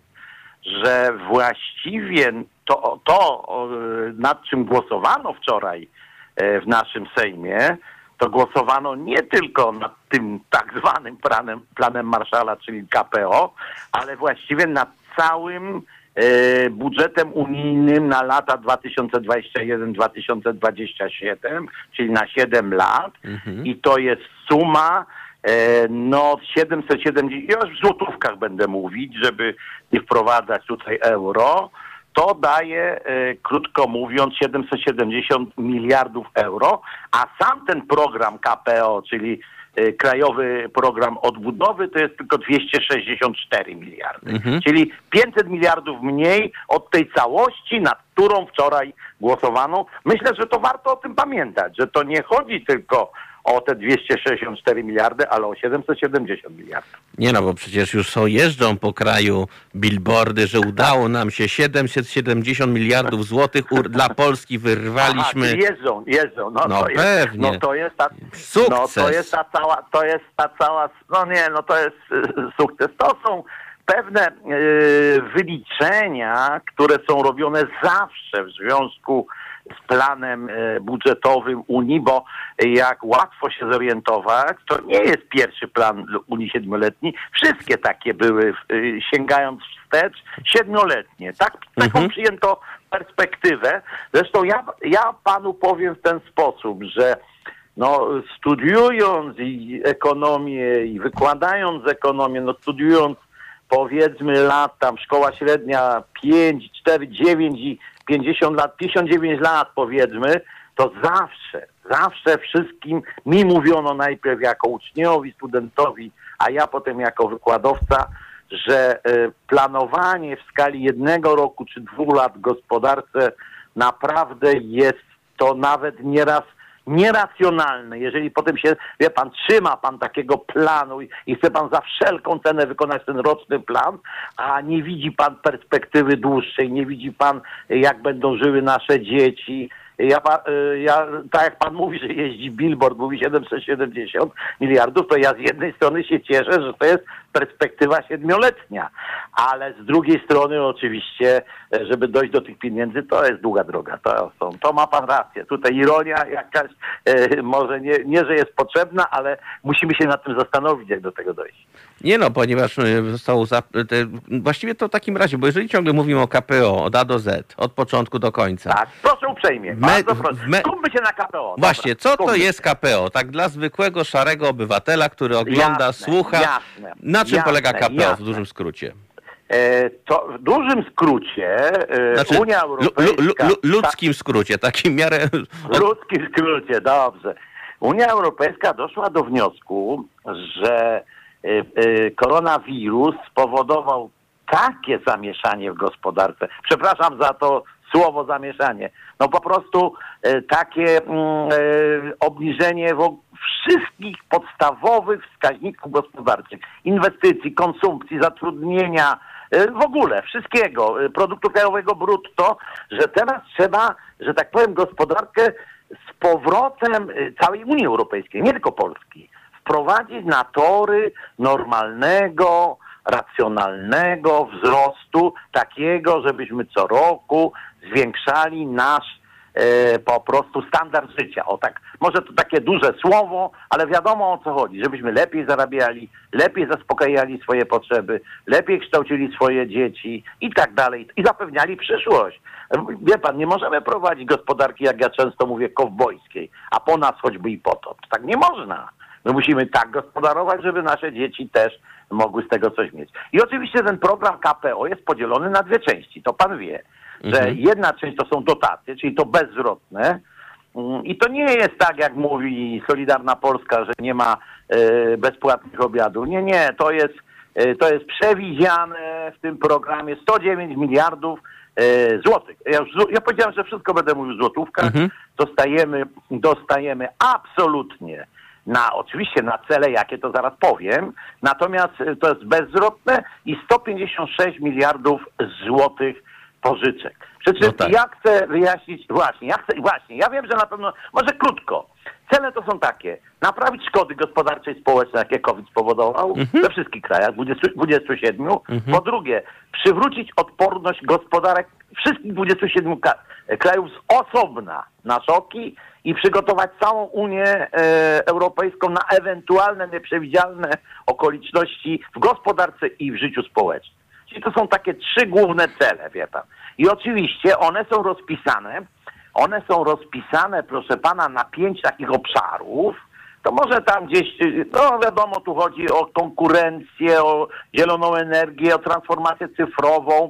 że właściwie to, to nad czym głosowano wczoraj w naszym Sejmie, to głosowano nie tylko nad tym tak zwanym planem, planem Marszala, czyli K P O, ale właściwie nad całym e, budżetem unijnym na lata dwa tysiące dwudziesty pierwszy do dwa tysiące dwudziestego siódmego, czyli na siedem lat. Mhm. I to jest suma e, no siedemset siedemdziesiąt, ja już w złotówkach będę mówić, żeby nie wprowadzać tutaj euro. To daje, e, krótko mówiąc, siedemset siedemdziesiąt miliardów euro, a sam ten program K P O, czyli e, Krajowy Program Odbudowy, to jest tylko dwieście sześćdziesiąt cztery miliardy. Mhm. Czyli pięćset miliardów mniej od tej całości, nad którą wczoraj głosowano. Myślę, że to warto o tym pamiętać, że to nie chodzi tylko o te dwieście sześćdziesiąt cztery miliardy, ale o siedemset siedemdziesiąt miliardów. Nie no, bo przecież już są, jeżdżą po kraju billboardy, że udało nam się siedemset siedemdziesiąt miliardów złotych dla Polski wyrwaliśmy. Aha, jeżdżą, jeżdżą. No, no to jest, pewnie. No to jest ta, sukces. No to jest ta cała, to jest ta cała, no nie, no to jest y, sukces. To są pewne y, wyliczenia, które są robione zawsze w związku z planem budżetowym Unii, bo jak łatwo się zorientować, to nie jest pierwszy plan Unii siedmioletni. Wszystkie takie były, sięgając wstecz, siedmioletnie. Tak, taką mhm. przyjęto perspektywę. Zresztą ja, ja panu powiem w ten sposób, że no, studiując i ekonomię i wykładając ekonomię, no studiując powiedzmy lat, tam szkoła średnia pięć, cztery, dziewięć i pięćdziesiąt lat, pięćdziesiąt dziewięć lat powiedzmy, to zawsze, zawsze wszystkim mi mówiono najpierw jako uczniowi, studentowi, a ja potem jako wykładowca, że planowanie w skali jednego roku czy dwóch lat w gospodarce naprawdę jest to nawet nieraz nieracjonalne. Jeżeli potem się, wie pan, trzyma pan takiego planu i, i chce pan za wszelką cenę wykonać ten roczny plan, a nie widzi pan perspektywy dłuższej, nie widzi pan, jak będą żyły nasze dzieci. Ja, ja, tak jak pan mówi, że jeździ billboard, mówi siedemset siedemdziesiąt miliardów, to ja z jednej strony się cieszę, że to jest perspektywa siedmioletnia, ale z drugiej strony oczywiście, żeby dojść do tych pieniędzy, to jest długa droga. To, są, to ma pan rację. Tutaj ironia jakaś, e, może nie, nie, że jest potrzebna, ale musimy się nad tym zastanowić, jak do tego dojść. Nie no, ponieważ zostało za, te, właściwie to w takim razie, bo jeżeli ciągle mówimy o K P O, od A do Z, od początku do końca. Tak, proszę uprzejmie. Me, bardzo proszę. me, skupmy się na K P O. Właśnie, Dobra, co to jest K P O? Tak dla zwykłego, szarego obywatela, który ogląda, jasne, słucha. Jasne, na czym jasne, polega K P O jasne. w dużym skrócie? E, to w dużym skrócie e, znaczy, Unia Europejska... Lu, lu, lu, ludzkim skrócie, takim miarę... W ludzkim skrócie, dobrze. Unia Europejska doszła do wniosku, że e, e, koronawirus spowodował takie zamieszanie w gospodarce. Przepraszam za to słowo zamieszanie. No po prostu e, takie mm, e, obniżenie w, wszystkich podstawowych wskaźników gospodarczych. Inwestycji, konsumpcji, zatrudnienia, e, w ogóle wszystkiego. E, produktu krajowego brutto, że teraz trzeba, że tak powiem, gospodarkę z powrotem całej Unii Europejskiej, nie tylko Polski, wprowadzić na tory normalnego, racjonalnego wzrostu, takiego, żebyśmy co roku zwiększali nasz e, po prostu standard życia. O tak, może to takie duże słowo, ale wiadomo o co chodzi, żebyśmy lepiej zarabiali, lepiej zaspokajali swoje potrzeby, lepiej kształcili swoje dzieci i tak dalej i zapewniali przyszłość. Wie pan, nie możemy prowadzić gospodarki, jak ja często mówię, kowbojskiej, a po nas choćby i potop. Tak nie można. My musimy tak gospodarować, żeby nasze dzieci też mogły z tego coś mieć. I oczywiście ten program K P O jest podzielony na dwie części. To pan wie, że mhm. jedna część to są dotacje, czyli to bezzwrotne, I to nie jest tak, jak mówi Solidarna Polska, że nie ma bezpłatnych obiadów. Nie, nie, to jest, to jest przewidziane w tym programie sto dziewięć miliardów złotych. Ja, już, ja powiedziałem, że wszystko będę mówił w złotówkach. Mhm. Dostajemy, dostajemy absolutnie na, oczywiście na cele, jakie to zaraz powiem, natomiast to jest bezzwrotne i sto pięćdziesiąt sześć miliardów złotych pożyczek. Przy czym no tak. ja chcę wyjaśnić, właśnie, ja chcę, właśnie, ja wiem, że na pewno, może krótko, cele to są takie, naprawić szkody gospodarcze i społeczne, jakie COVID spowodował mhm. we wszystkich krajach, dwudziestu siedmiu. Mhm. Po drugie, przywrócić odporność gospodarek wszystkich dwudziestu siedmiu krajów z osobna na szoki i przygotować całą Unię e, Europejską na ewentualne nieprzewidzialne okoliczności w gospodarce i w życiu społecznym. Czyli to są takie trzy główne cele, wie pan. I oczywiście one są rozpisane, one są rozpisane, proszę pana, na pięć takich obszarów. To może tam gdzieś, no wiadomo, tu chodzi o konkurencję, o zieloną energię, o transformację cyfrową,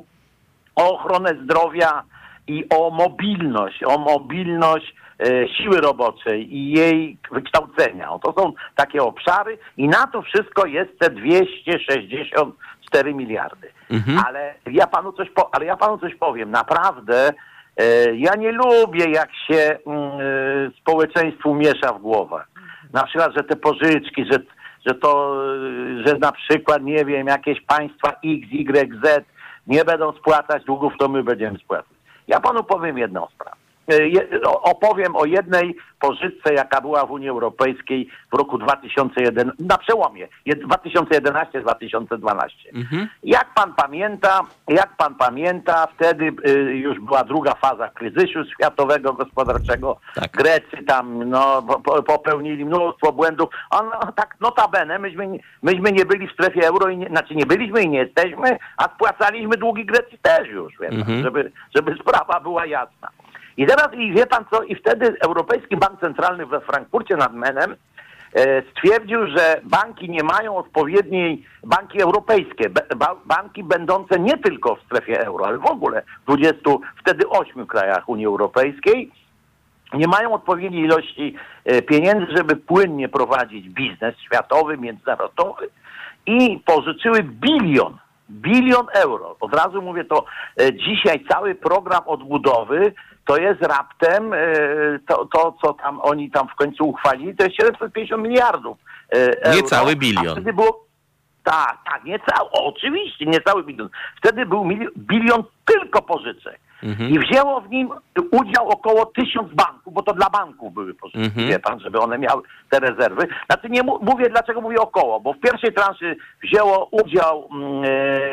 o ochronę zdrowia i o mobilność, o mobilność e, siły roboczej i jej wykształcenia. O, to są takie obszary i na to wszystko jest te dwieście sześćdziesiąt cztery miliardy. Mhm. Ale ja panu coś po, ale ja panu coś powiem. Naprawdę e, ja nie lubię, jak się e, społeczeństwu miesza w głowach. Na przykład, że te pożyczki, że, że to, że na przykład, nie wiem, jakieś państwa X, Y, Z nie będą spłacać długów, to my będziemy spłacać. Ja panu powiem jedną sprawę. Opowiem o jednej pożyczce, jaka była w Unii Europejskiej w roku dwa tysiące jedenastym, na przełomie dwa tysiące jedenasty dwa tysiące dwanaście. Mhm. Jak pan pamięta, jak pan pamięta, wtedy już była druga faza kryzysu światowego, gospodarczego. Tak. Grecy tam no, popełnili mnóstwo błędów. A no, tak notabene, myśmy, myśmy nie byli w strefie euro, i nie, znaczy nie byliśmy i nie jesteśmy, a spłacaliśmy długi Grecji też już, wie pan, mhm. żeby, żeby sprawa była jasna. I teraz, i wie pan co, i wtedy Europejski Bank Centralny we Frankfurcie nad Menem e, stwierdził, że banki nie mają odpowiedniej, banki europejskie, ba, banki będące nie tylko w strefie euro, ale w ogóle w dwudziestu, wtedy ośmiu krajach Unii Europejskiej, nie mają odpowiedniej ilości e, pieniędzy, żeby płynnie prowadzić biznes światowy, międzynarodowy i pożyczyły bilion, bilion euro. Od razu mówię to, e, dzisiaj cały program odbudowy to jest raptem to, to, co tam oni tam w końcu uchwalili, to jest siedemset pięćdziesiąt miliardów euro. Niecały bilion. A wtedy było, tak, tak, niecały, oczywiście, niecały bilion. Wtedy był milion, bilion tylko pożyczek. Mhm. I wzięło w nim udział około tysiąc banków, bo to dla banków były pożyczki, mhm. wie pan, żeby one miały te rezerwy. Znaczy nie mówię, dlaczego mówię około, bo w pierwszej transzy wzięło udział e,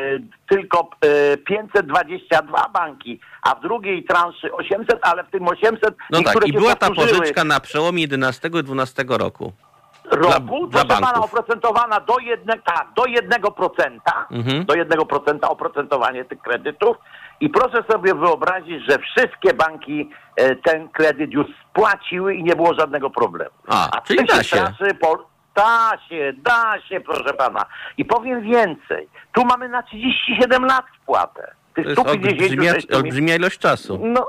tylko e, pięćset dwadzieścia dwa banki, a w drugiej transzy osiemset, ale w tym osiemset... No tak, i była ta pożyczka na przełomie jedenastego i dwunastego roku. Roku, dla, proszę pana, oprocentowana do jednego, tak, do jednego procenta, mhm. do jednego procenta oprocentowanie tych kredytów. I proszę sobie wyobrazić, że wszystkie banki e, ten kredyt już spłaciły i nie było żadnego problemu. A, A czyli da się. Po, da się, da się, proszę pana. I powiem więcej. Tu mamy na trzydzieści siedem lat spłatę. Tych to jest olbrzymia, olbrzymia ilość czasu. No,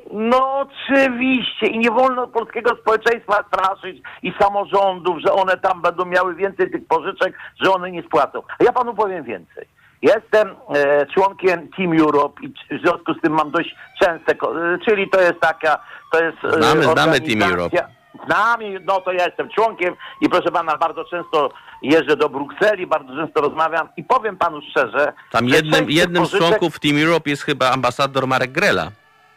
no oczywiście. I nie wolno polskiego społeczeństwa straszyć i samorządów, że one tam będą miały więcej tych pożyczek, że one nie spłacą. A ja panu powiem więcej. Jestem e, członkiem Team Europe i w związku z tym mam dość częste, e, czyli to jest taka, to jest e, Znamy, znamy Team Europe. Znamy, no to ja jestem członkiem i proszę pana, bardzo często jeżdżę do Brukseli, bardzo często rozmawiam i powiem panu szczerze... Tam jednym, jednym pożyczek... z członków Team Europe jest chyba ambasador Marek Grela.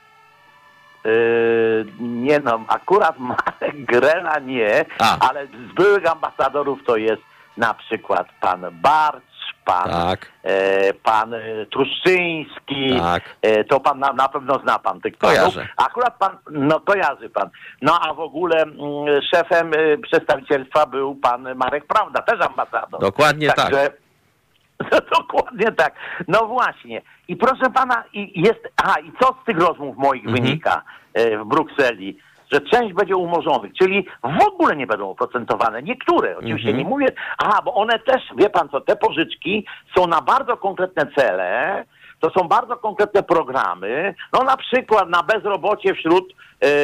Yy, nie no, akurat Marek Grela nie, A. ale z byłych ambasadorów to jest na przykład pan Barcz, pan, tak. e, pan Truszczyński, tak. e, to pan na, na pewno zna pan tych panów. Kojarzę. Akurat pan, no kojarzy pan. No a w ogóle m, szefem e, przedstawicielstwa był pan Marek Prawda, też ambasador. Dokładnie Także, tak. No, dokładnie tak. No właśnie. I proszę pana, i jest, aha, i co z tych rozmów moich mhm. wynika e, w Brukseli? Że część będzie umorzonych, czyli w ogóle nie będą oprocentowane. Niektóre, oczywiście mm-hmm. nie mówię, aha, bo one też, wie pan co, te pożyczki są na bardzo konkretne cele, to są bardzo konkretne programy, no na przykład na bezrobocie wśród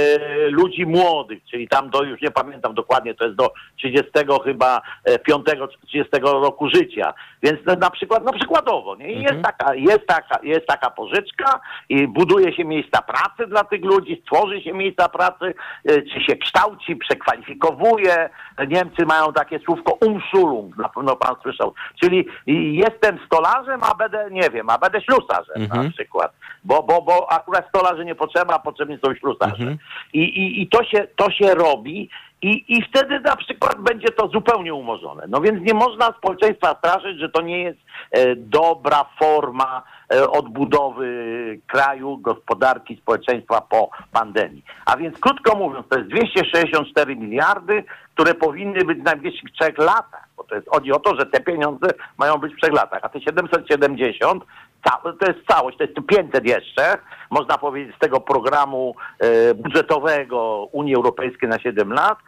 e, ludzi młodych, czyli tam do, już nie pamiętam dokładnie, to jest do trzydziestego chyba piątego czy trzydziestego roku życia, więc na przykład, no przykładowo, nie? I jest Mhm. taka, jest taka, jest taka pożyczka i buduje się miejsca pracy dla tych ludzi, tworzy się miejsca pracy, e, czy się kształci, przekwalifikowuje. Niemcy mają takie słówko Umschulung, na pewno pan słyszał, czyli jestem stolarzem, a będę, nie wiem, a będę ślusarzem Mhm. na przykład, bo, bo, bo akurat stolarzy nie potrzeba, a potrzebni są ślusarze. Mhm. I, i, i to się, to się robi i, i wtedy na przykład będzie to zupełnie umorzone. No więc nie można społeczeństwa straszyć, że to nie jest e, dobra forma e, odbudowy kraju, gospodarki, społeczeństwa po pandemii. A więc krótko mówiąc, to jest dwieście sześćdziesiąt cztery miliardy, które powinny być w najbliższych trzech latach. Bo to jest, chodzi o to, że te pieniądze mają być w trzech latach, a te siedemset siedemdziesiąt to jest całość, to jest pięćset jeszcze, można powiedzieć, z tego programu e, budżetowego Unii Europejskiej na siedem lat.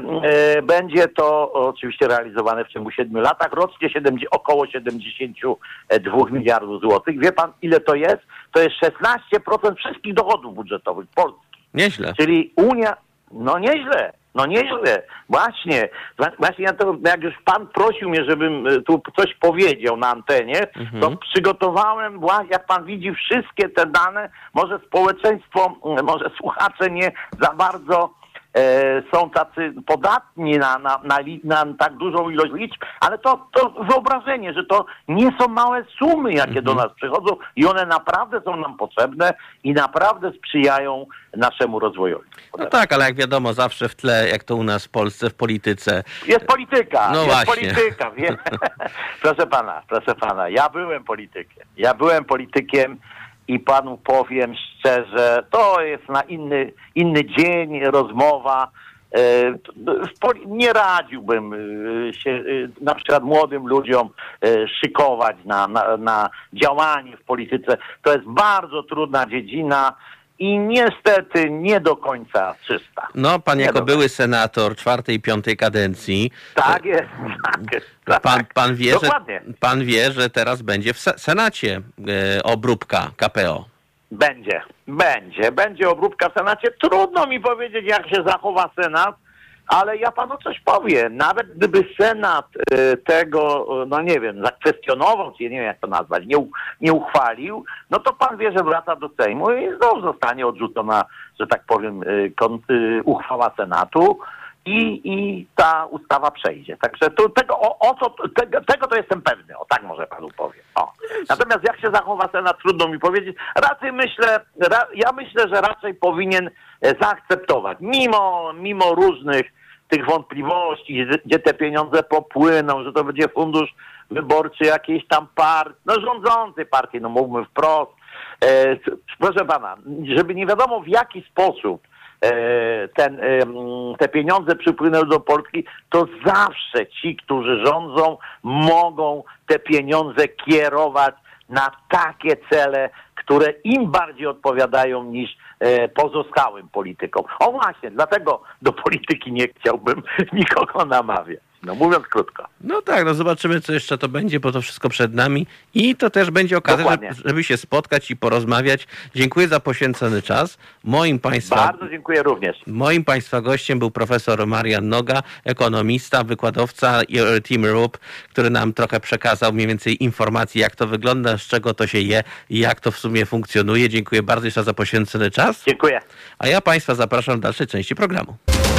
E, będzie to oczywiście realizowane w ciągu siedmiu latach, rocznie siedemdziesiąt, około siedemdziesiąt dwa miliardów złotych. Wie pan, ile to jest? To jest szesnaście procent wszystkich dochodów budżetowych Polski. Nieźle. Czyli Unia, no nieźle. No nieźle, właśnie. Właśnie ja to, jak już pan prosił mnie, żebym tu coś powiedział na antenie, Mhm. to przygotowałem, jak pan widzi, wszystkie te dane. Może społeczeństwo, może słuchacze nie za bardzo e, są tacy podatni na, na, na, na tak dużą ilość liczb, ale to, to wyobrażenie, że to nie są małe sumy, jakie Mhm. do nas przychodzą i one naprawdę są nam potrzebne i naprawdę sprzyjają naszemu rozwojowi. No tak, ale jak wiadomo, zawsze w tle, jak to u nas w Polsce, w polityce. Jest polityka, No jest właśnie. polityka. Wie? Proszę pana, proszę pana, ja byłem politykiem. Ja byłem politykiem i panu powiem szczerze, to jest na inny, inny dzień rozmowa. Nie radziłbym się na przykład młodym ludziom szykować na, na, na działanie w polityce. To jest bardzo trudna dziedzina. I niestety nie do końca czysta. No, pan Nie jako do były senator czwartej i piątej kadencji. Tak jest, tak jest. Tak. Pan, pan, wie, że, Dokładnie. pan wie, że teraz będzie w se- Senacie e, obróbka K P O. Będzie, będzie, będzie obróbka w Senacie. Trudno mi powiedzieć, jak się zachowa Senat, ale ja panu coś powiem. Nawet gdyby Senat y, tego, y, no nie wiem, zakwestionował, czy nie wiem jak to nazwać, nie, u, nie uchwalił, no to pan wie, że wraca do Sejmu i znów zostanie odrzucona, że tak powiem, y, kon, y, uchwała Senatu i, i ta ustawa przejdzie. Także to, tego, o, o co, tego, tego to jestem pewny, o tak może panu powiem. O. Natomiast jak się zachowa Senat, trudno mi powiedzieć. Raczej myślę, ra, ja myślę, że raczej powinien zaakceptować, mimo, mimo różnych tych wątpliwości, gdzie te pieniądze popłyną, że to będzie fundusz wyborczy jakiejś tam partii, no rządzącej partii, no mówmy wprost. E, proszę pana, żeby nie wiadomo w jaki sposób e, ten, e, te pieniądze przypłynęły do Polski, to zawsze ci, którzy rządzą, mogą te pieniądze kierować na takie cele, które im bardziej odpowiadają niż e, pozostałym politykom. O właśnie, dlatego do polityki nie chciałbym nikogo namawiać. No mówiąc krótko. No tak, no zobaczymy, co jeszcze to będzie, bo to wszystko przed nami i to też będzie okazja, żeby, żeby się spotkać i porozmawiać. Dziękuję za poświęcony czas. Moim państwa, Bardzo dziękuję również. Moim państwa gościem był profesor Marian Noga, ekonomista, wykładowca Team Europe, który nam trochę przekazał mniej więcej informacji, jak to wygląda, z czego to się je i jak to w sumie funkcjonuje. Dziękuję bardzo jeszcze za poświęcony czas. Dziękuję. A ja państwa zapraszam do dalszej części programu.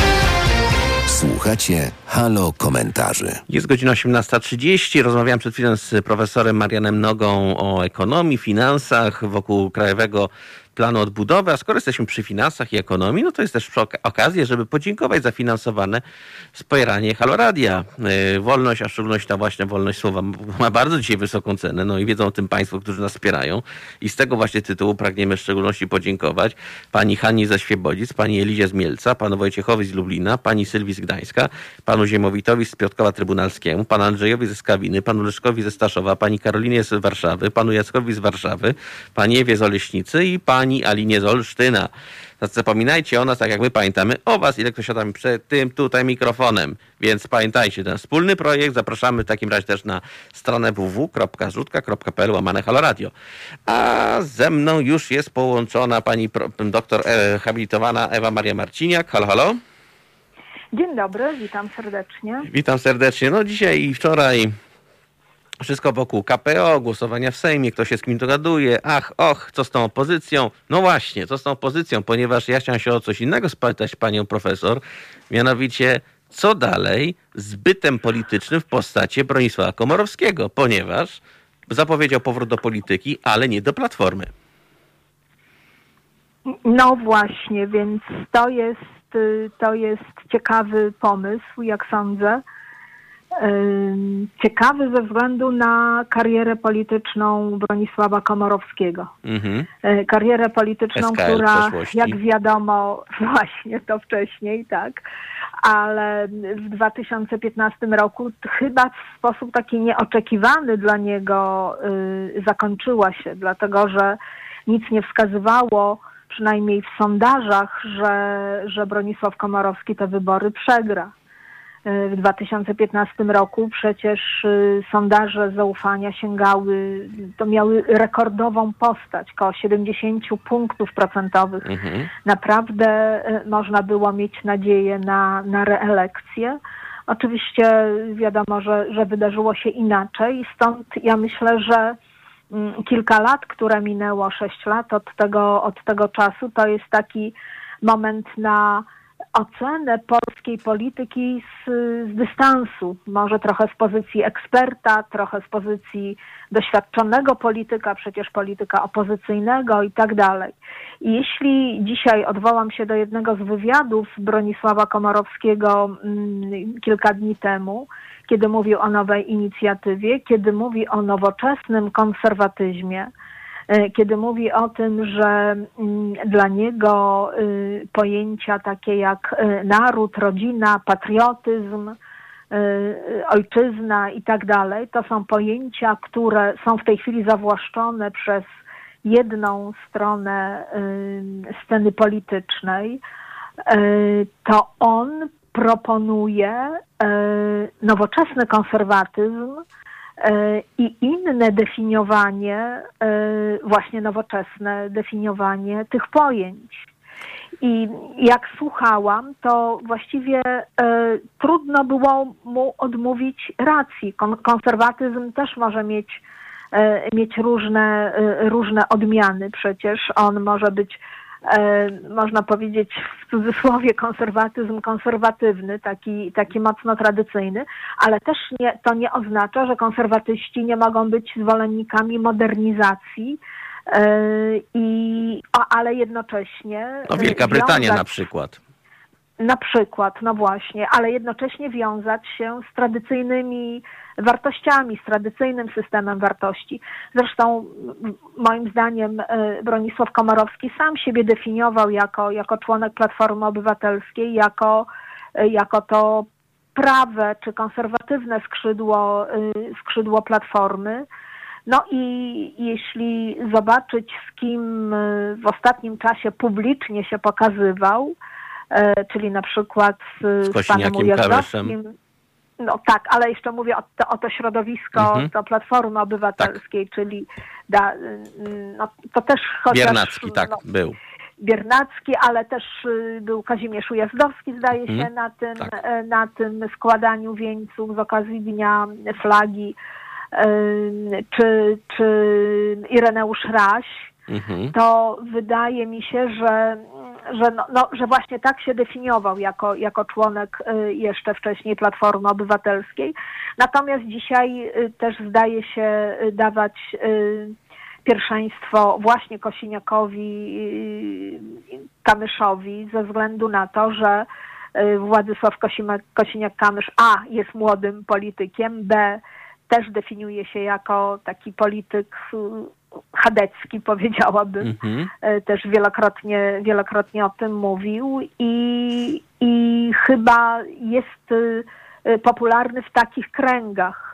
Słuchacie Halo Komentarzy. Jest godzina osiemnasta trzydzieści. Rozmawiałem przed chwilą z profesorem Marianem Nogą o ekonomii, finansach wokół Krajowego Planu Odbudowy, a skoro jesteśmy przy finansach i ekonomii, no to jest też okazja, żeby podziękować za finansowane wspieranie Halo Radia. Yy, wolność, a w szczególności ta właśnie wolność słowa ma bardzo dzisiaj wysoką cenę, no i wiedzą o tym państwo, którzy nas wspierają i z tego właśnie tytułu pragniemy w szczególności podziękować pani Hanni ze Świebodzic, pani Elizie z Mielca, panu Wojciechowi z Lublina, pani Sylwii z Gdańska, panu Ziemowitowi z Piotrkowa Trybunalskiego, panu Andrzejowi ze Skawiny, panu Leszkowi ze Staszowa, pani Karolinie z Warszawy, panu Jackowi z Warszawy, pani Ewie z Oleśnicy i pani pani Alinie z Olsztyna. Zapominajcie o nas, tak jak my pamiętamy o was, ile ktoś siada przed tym tutaj mikrofonem. Więc pamiętajcie, ten wspólny projekt zapraszamy w takim razie też na stronę w w w kropka zrzutka kropka p l łamane Halo Radio. A ze mną już jest połączona pani pro, doktor e, habilitowana Ewa Maria Marciniak. Halo, halo. Dzień dobry, witam serdecznie. Witam serdecznie. No dzisiaj i wczoraj wszystko wokół K P O, głosowania w Sejmie, kto się z kim dogaduje, ach, och, co z tą opozycją? No właśnie, co z tą opozycją, ponieważ ja chciałem się o coś innego spytać panią profesor, mianowicie co dalej z bytem politycznym w postaci Bronisława Komorowskiego, ponieważ zapowiedział powrót do polityki, ale nie do Platformy. No właśnie, więc to jest, to jest ciekawy pomysł, jak sądzę. Ciekawy ze względu na karierę polityczną Bronisława Komorowskiego. Mhm. Karierę polityczną, S K L która jak wiadomo, właśnie to wcześniej, tak, ale w dwa tysiące piętnastym roku chyba w sposób taki nieoczekiwany dla niego y, zakończyła się, dlatego że nic nie wskazywało, przynajmniej w sondażach, że, że Bronisław Komorowski te wybory przegra. W dwa tysiące piętnastym roku przecież sondaże zaufania sięgały, to miały rekordową postać, koło siedemdziesiąt punktów procentowych. Mhm. Naprawdę można było mieć nadzieję na, na reelekcję. Oczywiście wiadomo, że, że wydarzyło się inaczej, stąd ja myślę, że kilka lat, które minęło, sześć lat od tego, od tego czasu, to jest taki moment na ocenę polskiej polityki z, z dystansu, może trochę z pozycji eksperta, trochę z pozycji doświadczonego polityka, przecież polityka opozycyjnego i tak dalej. I jeśli dzisiaj odwołam się do jednego z wywiadów Bronisława Komorowskiego mm, kilka dni temu, kiedy mówił o nowej inicjatywie, kiedy mówi o nowoczesnym konserwatyzmie, kiedy mówi o tym, że dla niego pojęcia takie jak naród, rodzina, patriotyzm, ojczyzna i tak dalej, to są pojęcia, które są w tej chwili zawłaszczone przez jedną stronę sceny politycznej, to on proponuje nowoczesny konserwatyzm i inne definiowanie, właśnie nowoczesne definiowanie tych pojęć. I jak słuchałam, to właściwie trudno było mu odmówić racji. Konserwatyzm też może mieć, mieć różne, różne odmiany przecież. On może być, można powiedzieć w cudzysłowie, konserwatyzm konserwatywny, taki, taki mocno tradycyjny, ale też nie, to nie oznacza, że konserwatyści nie mogą być zwolennikami modernizacji, i, ale jednocześnie... No Wielka Brytania wiązać, na przykład. Na przykład, no właśnie, ale jednocześnie wiązać się z tradycyjnymi wartościami, z tradycyjnym systemem wartości. Zresztą moim zdaniem Bronisław Komorowski sam siebie definiował jako, jako członek Platformy Obywatelskiej, jako, jako to prawe czy konserwatywne skrzydło, skrzydło Platformy. No i jeśli zobaczyć, z kim w ostatnim czasie publicznie się pokazywał, czyli na przykład z, z panem Ujazdowskim, no tak, ale jeszcze mówię o to, o to środowisko, mhm. to Platformy Obywatelskiej, tak. czyli da, no, to też chociaż... Biernacki, tak, no, był. Biernacki, ale też był Kazimierz Ujazdowski, zdaje się, mhm. na, tym, tak. na tym składaniu wieńców z okazji Dnia Flagi, czy, czy Ireneusz Raś, mhm. to wydaje mi się, że, że, no, no, że właśnie tak się definiował jako, jako członek jeszcze wcześniej Platformy Obywatelskiej. Natomiast dzisiaj też zdaje się dawać pierwszeństwo właśnie Kosiniakowi, Kamyszowi ze względu na to, że Władysław Kosiniak-Kamysz a. jest młodym politykiem, b. też definiuje się jako taki polityk chadecki, powiedziałabym. Mm-hmm. Też wielokrotnie, wielokrotnie o tym mówił i, i chyba jest popularny w takich kręgach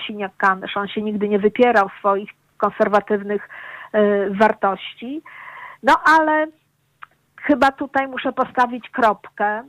Kosiniak-Kamysz. On się nigdy nie wypierał swoich konserwatywnych wartości. No ale chyba tutaj muszę postawić kropkę,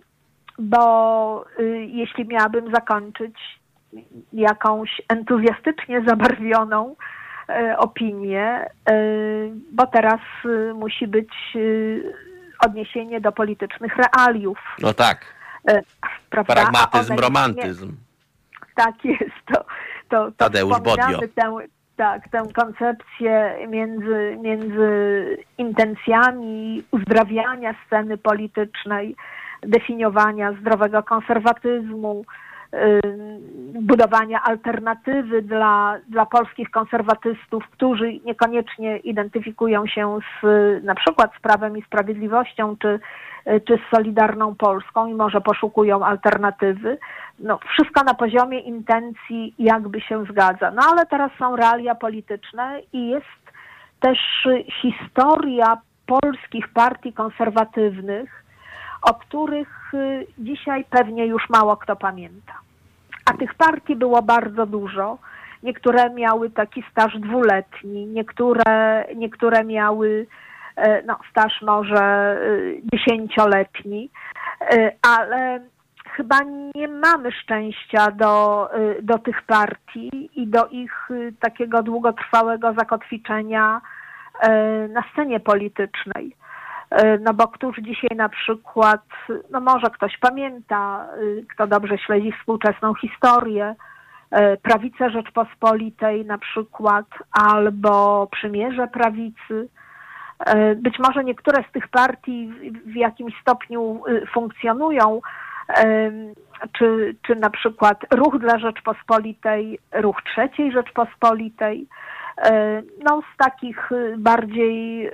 bo y, jeśli miałabym zakończyć jakąś entuzjastycznie zabarwioną y, opinię, y, bo teraz y, musi być y, odniesienie do politycznych realiów. No tak. Y, prawda? Pragmatyzm, romantyzm. Nie, tak jest. To, to, to Tadeusz Bodio. Tę, tak, tę koncepcję między, między intencjami uzdrawiania sceny politycznej, definiowania zdrowego konserwatyzmu, budowania alternatywy dla, dla polskich konserwatystów, którzy niekoniecznie identyfikują się z, na przykład z Prawem i Sprawiedliwością, czy, czy z Solidarną Polską i może poszukują alternatywy. No, wszystko na poziomie intencji jakby się zgadza. No ale teraz są realia polityczne i jest też historia polskich partii konserwatywnych, o których dzisiaj pewnie już mało kto pamięta. A tych partii było bardzo dużo. Niektóre miały taki staż dwuletni, niektóre, niektóre miały no, staż może dziesięcioletni, ale chyba nie mamy szczęścia do, do tych partii i do ich takiego długotrwałego zakotwiczenia na scenie politycznej. No bo któż dzisiaj na przykład, no może ktoś pamięta, kto dobrze śledzi współczesną historię, Prawicę Rzeczpospolitej na przykład, albo Przymierze Prawicy. Być może niektóre z tych partii w jakimś stopniu funkcjonują, czy, czy na przykład Ruch dla Rzeczpospolitej, Ruch Trzeciej Rzeczpospolitej, no z takich bardziej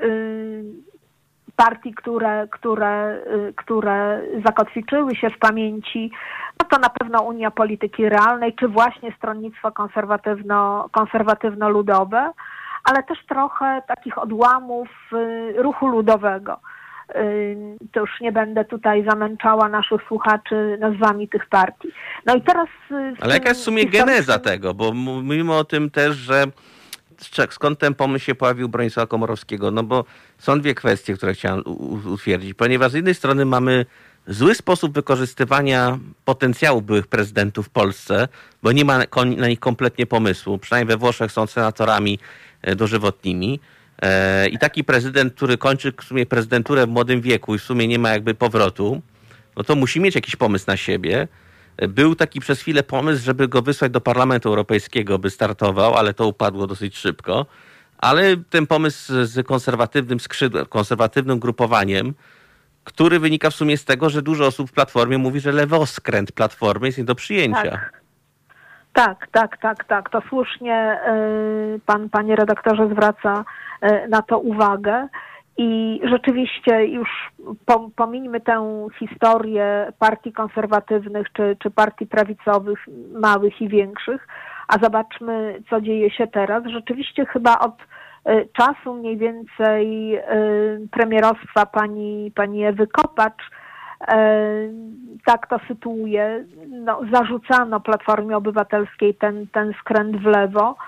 partii, które, które, które zakotwiczyły się w pamięci, no to na pewno Unia Polityki Realnej, czy właśnie Stronnictwo konserwatywno, konserwatywno-ludowe, ale też trochę takich odłamów ruchu ludowego. To już nie będę tutaj zamęczała naszych słuchaczy nazwami tych partii. No i teraz... Ale jaka jest w sumie geneza tego? Bo mówimy o tym też, że skąd ten pomysł się pojawił Bronisława Komorowskiego? No bo są dwie kwestie, które chciałem utwierdzić. Ponieważ z jednej strony mamy zły sposób wykorzystywania potencjału byłych prezydentów w Polsce, bo nie ma na nich kompletnie pomysłu. Przynajmniej we Włoszech są senatorami dożywotnimi. I taki prezydent, który kończy w sumie prezydenturę w młodym wieku i w sumie nie ma jakby powrotu, no to musi mieć jakiś pomysł na siebie. Był taki przez chwilę pomysł, żeby go wysłać do Parlamentu Europejskiego, by startował, ale to upadło dosyć szybko. Ale ten pomysł z konserwatywnym skrzydłem, konserwatywnym grupowaniem, który wynika w sumie z tego, że dużo osób w Platformie mówi, że lewoskręt Platformy jest nie do przyjęcia. Tak. Tak, tak, tak, tak. To słusznie pan, panie redaktorze, zwraca na to uwagę. I rzeczywiście już pomińmy tę historię partii konserwatywnych czy, czy partii prawicowych, małych i większych, a zobaczmy, co dzieje się teraz. Rzeczywiście chyba od czasu mniej więcej premierostwa pani, pani Ewy Kopacz, tak to sytuuje, no, zarzucano Platformie Obywatelskiej ten, ten skręt w lewo.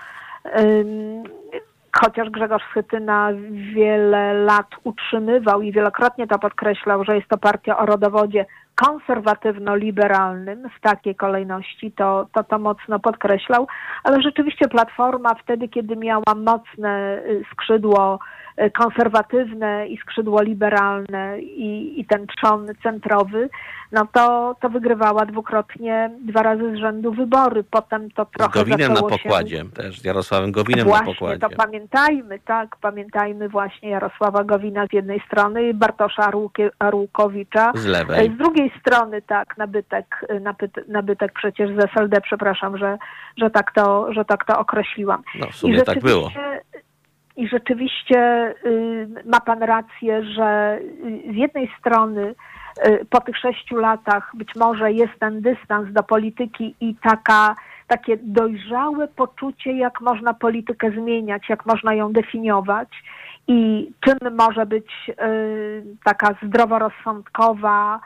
Chociaż Grzegorz Schetyna wiele lat utrzymywał i wielokrotnie to podkreślał, że jest to partia o rodowodzie konserwatywno-liberalnym w takiej kolejności, to, to to mocno podkreślał, ale rzeczywiście Platforma wtedy, kiedy miała mocne skrzydło konserwatywne i skrzydło liberalne i, i ten trzon centrowy, no to, to wygrywała dwukrotnie, dwa razy z rzędu wybory. Potem to trochę z Gowinem na pokładzie się... też, z Jarosławem Gowinem właśnie, na pokładzie. To pamiętajmy, tak, pamiętajmy właśnie Jarosława Gowina z jednej strony i Bartosza Arłukowicza z lewej. Z drugiej strony, tak, nabytek, nabytek, nabytek przecież z S L D, przepraszam, że, że, tak, to, że tak to określiłam. No w sumie tak było. I rzeczywiście y, ma pan rację, że y, z jednej strony y, po tych sześciu latach być może jest ten dystans do polityki i taka, takie dojrzałe poczucie, jak można politykę zmieniać, jak można ją definiować i czym może być y, taka zdroworozsądkowa,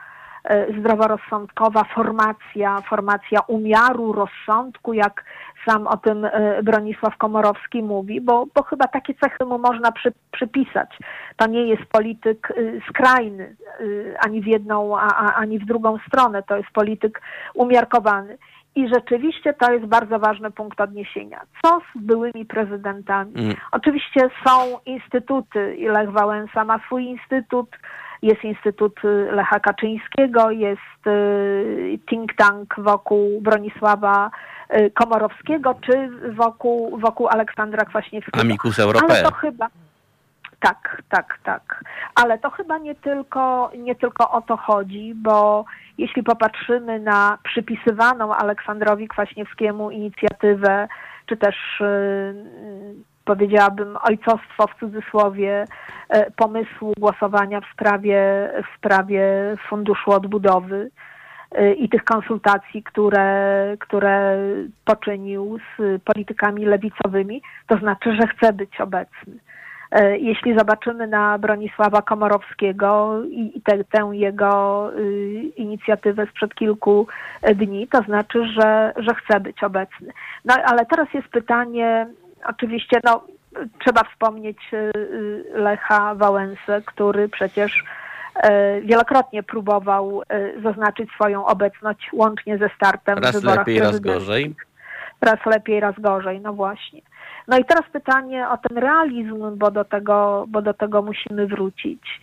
zdroworozsądkowa formacja, formacja umiaru, rozsądku, jak sam o tym Bronisław Komorowski mówi, bo, bo chyba takie cechy mu można przy, przypisać. To nie jest polityk skrajny, ani w jedną, a, a, ani w drugą stronę. To jest polityk umiarkowany. I rzeczywiście to jest bardzo ważny punkt odniesienia. Co z byłymi prezydentami? Mm. Oczywiście są instytuty i Lech Wałęsa ma swój instytut, jest Instytut Lecha Kaczyńskiego, jest think tank wokół Bronisława Komorowskiego, czy wokół, wokół Aleksandra Kwaśniewskiego. Amicus Europea. Ale to chyba... Tak, tak, tak. Ale to chyba nie tylko, nie tylko o to chodzi, bo jeśli popatrzymy na przypisywaną Aleksandrowi Kwaśniewskiemu inicjatywę, czy też yy, powiedziałabym ojcostwo w cudzysłowie yy, pomysłu głosowania w sprawie, w sprawie Funduszu Odbudowy yy, i tych konsultacji, które, które poczynił z politykami lewicowymi, to znaczy, że chce być obecny. Jeśli zobaczymy na Bronisława Komorowskiego i tę, tę jego y, inicjatywę sprzed kilku dni, to znaczy, że, że chce być obecny. No ale teraz jest pytanie, oczywiście, no trzeba wspomnieć y, Lecha Wałęsę, który przecież y, wielokrotnie próbował y, zaznaczyć swoją obecność łącznie ze startem raz w wyborach lepiej, raz gorzej. Raz lepiej, raz gorzej, no właśnie. No i teraz pytanie o ten realizm, bo do tego, bo do tego musimy wrócić.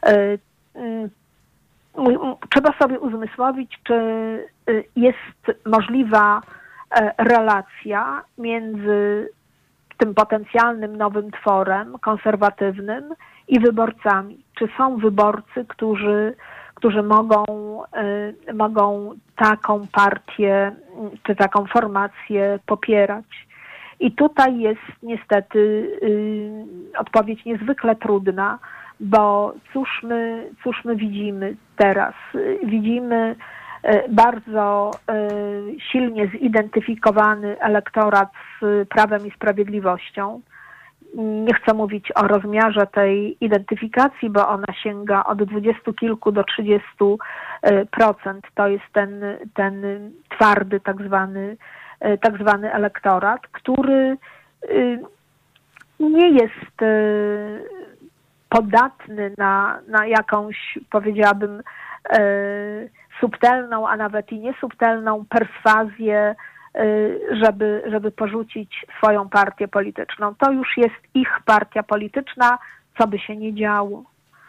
Trzeba sobie uzmysłowić, czy jest możliwa relacja między tym potencjalnym nowym tworem konserwatywnym i wyborcami. Czy są wyborcy, którzy, którzy mogą, mogą taką partię czy taką formację popierać? I tutaj jest niestety y, odpowiedź niezwykle trudna, bo cóż my, cóż my widzimy teraz? Widzimy y, bardzo y, silnie zidentyfikowany elektorat z Prawem i Sprawiedliwością. Nie chcę mówić o rozmiarze tej identyfikacji, bo ona sięga od dwudziestu kilku do trzydziestu procent. To jest ten, ten twardy tak zwany tak zwany elektorat, który nie jest podatny na, na jakąś, powiedziałabym, subtelną, a nawet i niesubtelną perswazję, żeby, żeby porzucić swoją partię polityczną. To już jest ich partia polityczna, co by się nie działo.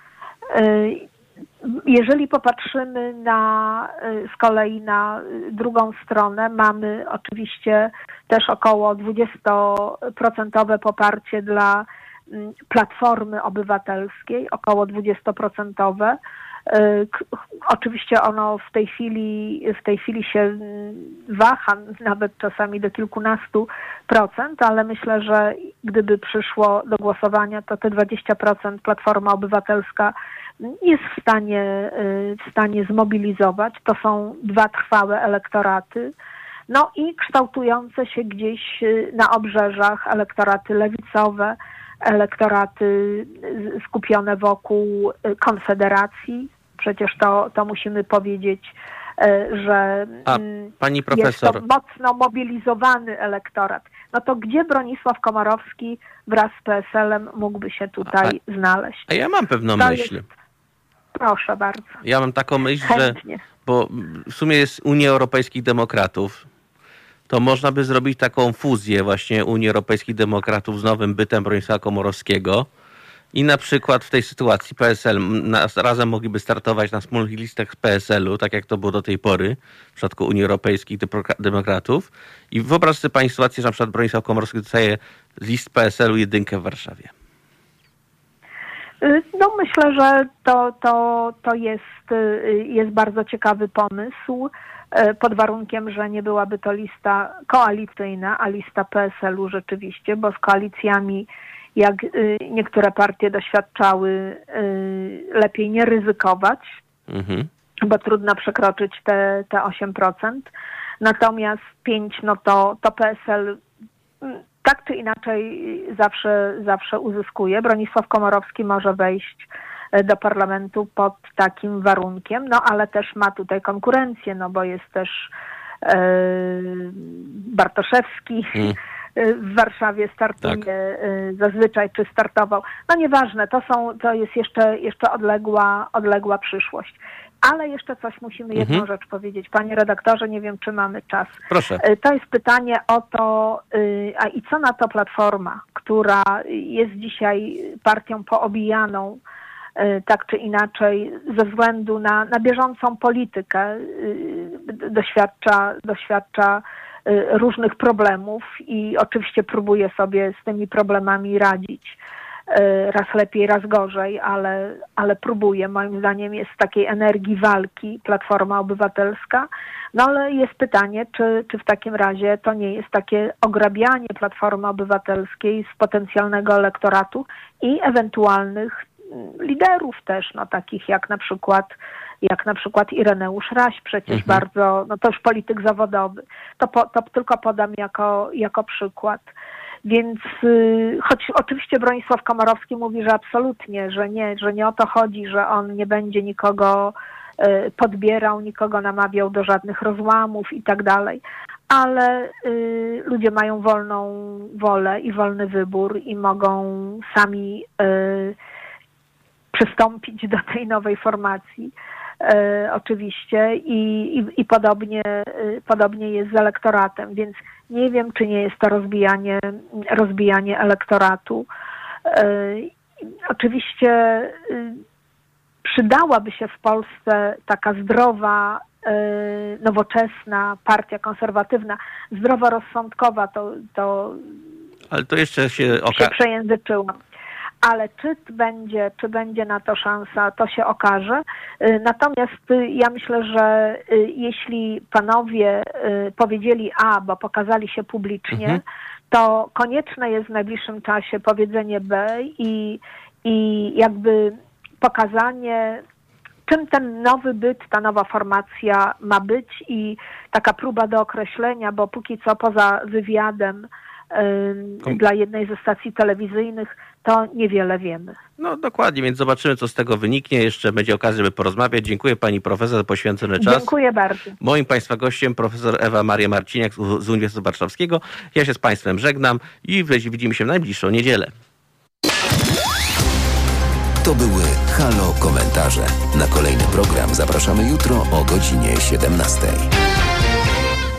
Jeżeli popatrzymy na, z kolei na drugą stronę, mamy oczywiście też około dwudziestoprocentowe poparcie dla Platformy Obywatelskiej, około dwudziestoprocentowe. Oczywiście ono w tej chwili, w tej chwili się waha nawet czasami do kilkunastu procent, ale myślę, że gdyby przyszło do głosowania, to te dwadzieścia procent Platforma Obywatelska jest w stanie, w stanie zmobilizować. To są dwa trwałe elektoraty. No i kształtujące się gdzieś na obrzeżach elektoraty lewicowe, elektoraty skupione wokół Konfederacji. Przecież to, to musimy powiedzieć, że A, pani profesor, jest to mocno mobilizowany elektorat. No to gdzie Bronisław Komorowski wraz z P S L-em mógłby się tutaj a, znaleźć? A ja mam pewną to myśl. Jest... Proszę bardzo. Ja mam taką myśl, Chętnie. że bo w sumie jest Unia Europejskich Demokratów, to można by zrobić taką fuzję właśnie Unii Europejskich Demokratów z nowym bytem Bronisława Komorowskiego i na przykład w tej sytuacji P S L nas, razem mogliby startować na wspólnych listach z P S L-u, tak jak to było do tej pory w przypadku Unii Europejskich Demokratów. I wyobraź sobie pani sytuację, że na przykład Bronisław Komorowski dostaje z list P S L-u jedynkę w Warszawie. No myślę, że to, to, to jest, jest bardzo ciekawy pomysł, pod warunkiem, że nie byłaby to lista koalicyjna, a lista P S L-u rzeczywiście, bo z koalicjami, jak niektóre partie doświadczały, lepiej nie ryzykować, mhm. bo trudno przekroczyć te, te osiem procent. Natomiast pięć, no to, to P S L tak czy inaczej zawsze, zawsze uzyskuje. Bronisław Komorowski może wejść do parlamentu pod takim warunkiem, no ale też ma tutaj konkurencję, no bo jest też e, Bartoszewski, mm. w Warszawie startuje tak. zazwyczaj, czy startował. No nieważne, to są, to jest jeszcze, jeszcze odległa, odległa przyszłość. Ale jeszcze coś musimy jedną mhm. rzecz powiedzieć. Panie redaktorze, nie wiem, czy mamy czas. Proszę. To jest pytanie o to, a i co na to Platforma, która jest dzisiaj partią poobijaną, tak czy inaczej, ze względu na, na bieżącą politykę, doświadcza, doświadcza różnych problemów i oczywiście próbuje sobie z tymi problemami radzić. Raz lepiej, raz gorzej, ale, ale próbuje. Moim zdaniem jest takiej energii walki Platforma Obywatelska. No ale jest pytanie, czy, czy w takim razie to nie jest takie ograbianie Platformy Obywatelskiej z potencjalnego elektoratu i ewentualnych liderów też, no takich jak na przykład jak na przykład Ireneusz Raś, przecież mhm. bardzo, no to już polityk zawodowy. To, po, to tylko podam jako, jako przykład. Więc y, choć oczywiście Bronisław Komorowski mówi, że absolutnie, że nie, że nie o to chodzi, że on nie będzie nikogo y, podbierał, nikogo namawiał do żadnych rozłamów i tak dalej. Ale y, ludzie mają wolną wolę i wolny wybór i mogą sami y, przystąpić do tej nowej formacji. E, oczywiście i, i, i podobnie, y, podobnie jest z elektoratem, więc nie wiem, czy nie jest to rozbijanie, rozbijanie elektoratu. E, oczywiście y, przydałaby się w Polsce taka zdrowa, y, nowoczesna partia konserwatywna, zdroworozsądkowa, to, to, Ale to jeszcze się, oka- się przejęzyczyłam. Ale czy będzie, czy będzie na to szansa, to się okaże. Natomiast ja myślę, że jeśli panowie powiedzieli A, bo pokazali się publicznie, mhm. to konieczne jest w najbliższym czasie powiedzenie B i, i jakby pokazanie, czym ten nowy byt, ta nowa formacja ma być i taka próba do określenia, bo póki co poza wywiadem Kom- dla jednej ze stacji telewizyjnych, to niewiele wiemy. No dokładnie, więc zobaczymy, co z tego wyniknie. Jeszcze będzie okazja, żeby porozmawiać. Dziękuję pani profesor za poświęcony czas. Dziękuję bardzo. Moim państwa gościem profesor Ewa Maria Marciniak z Uniwersytetu Warszawskiego. Ja się z państwem żegnam i widzimy się w najbliższą niedzielę. To były Halo Komentarze. Na kolejny program zapraszamy jutro o godzinie siedemnastej.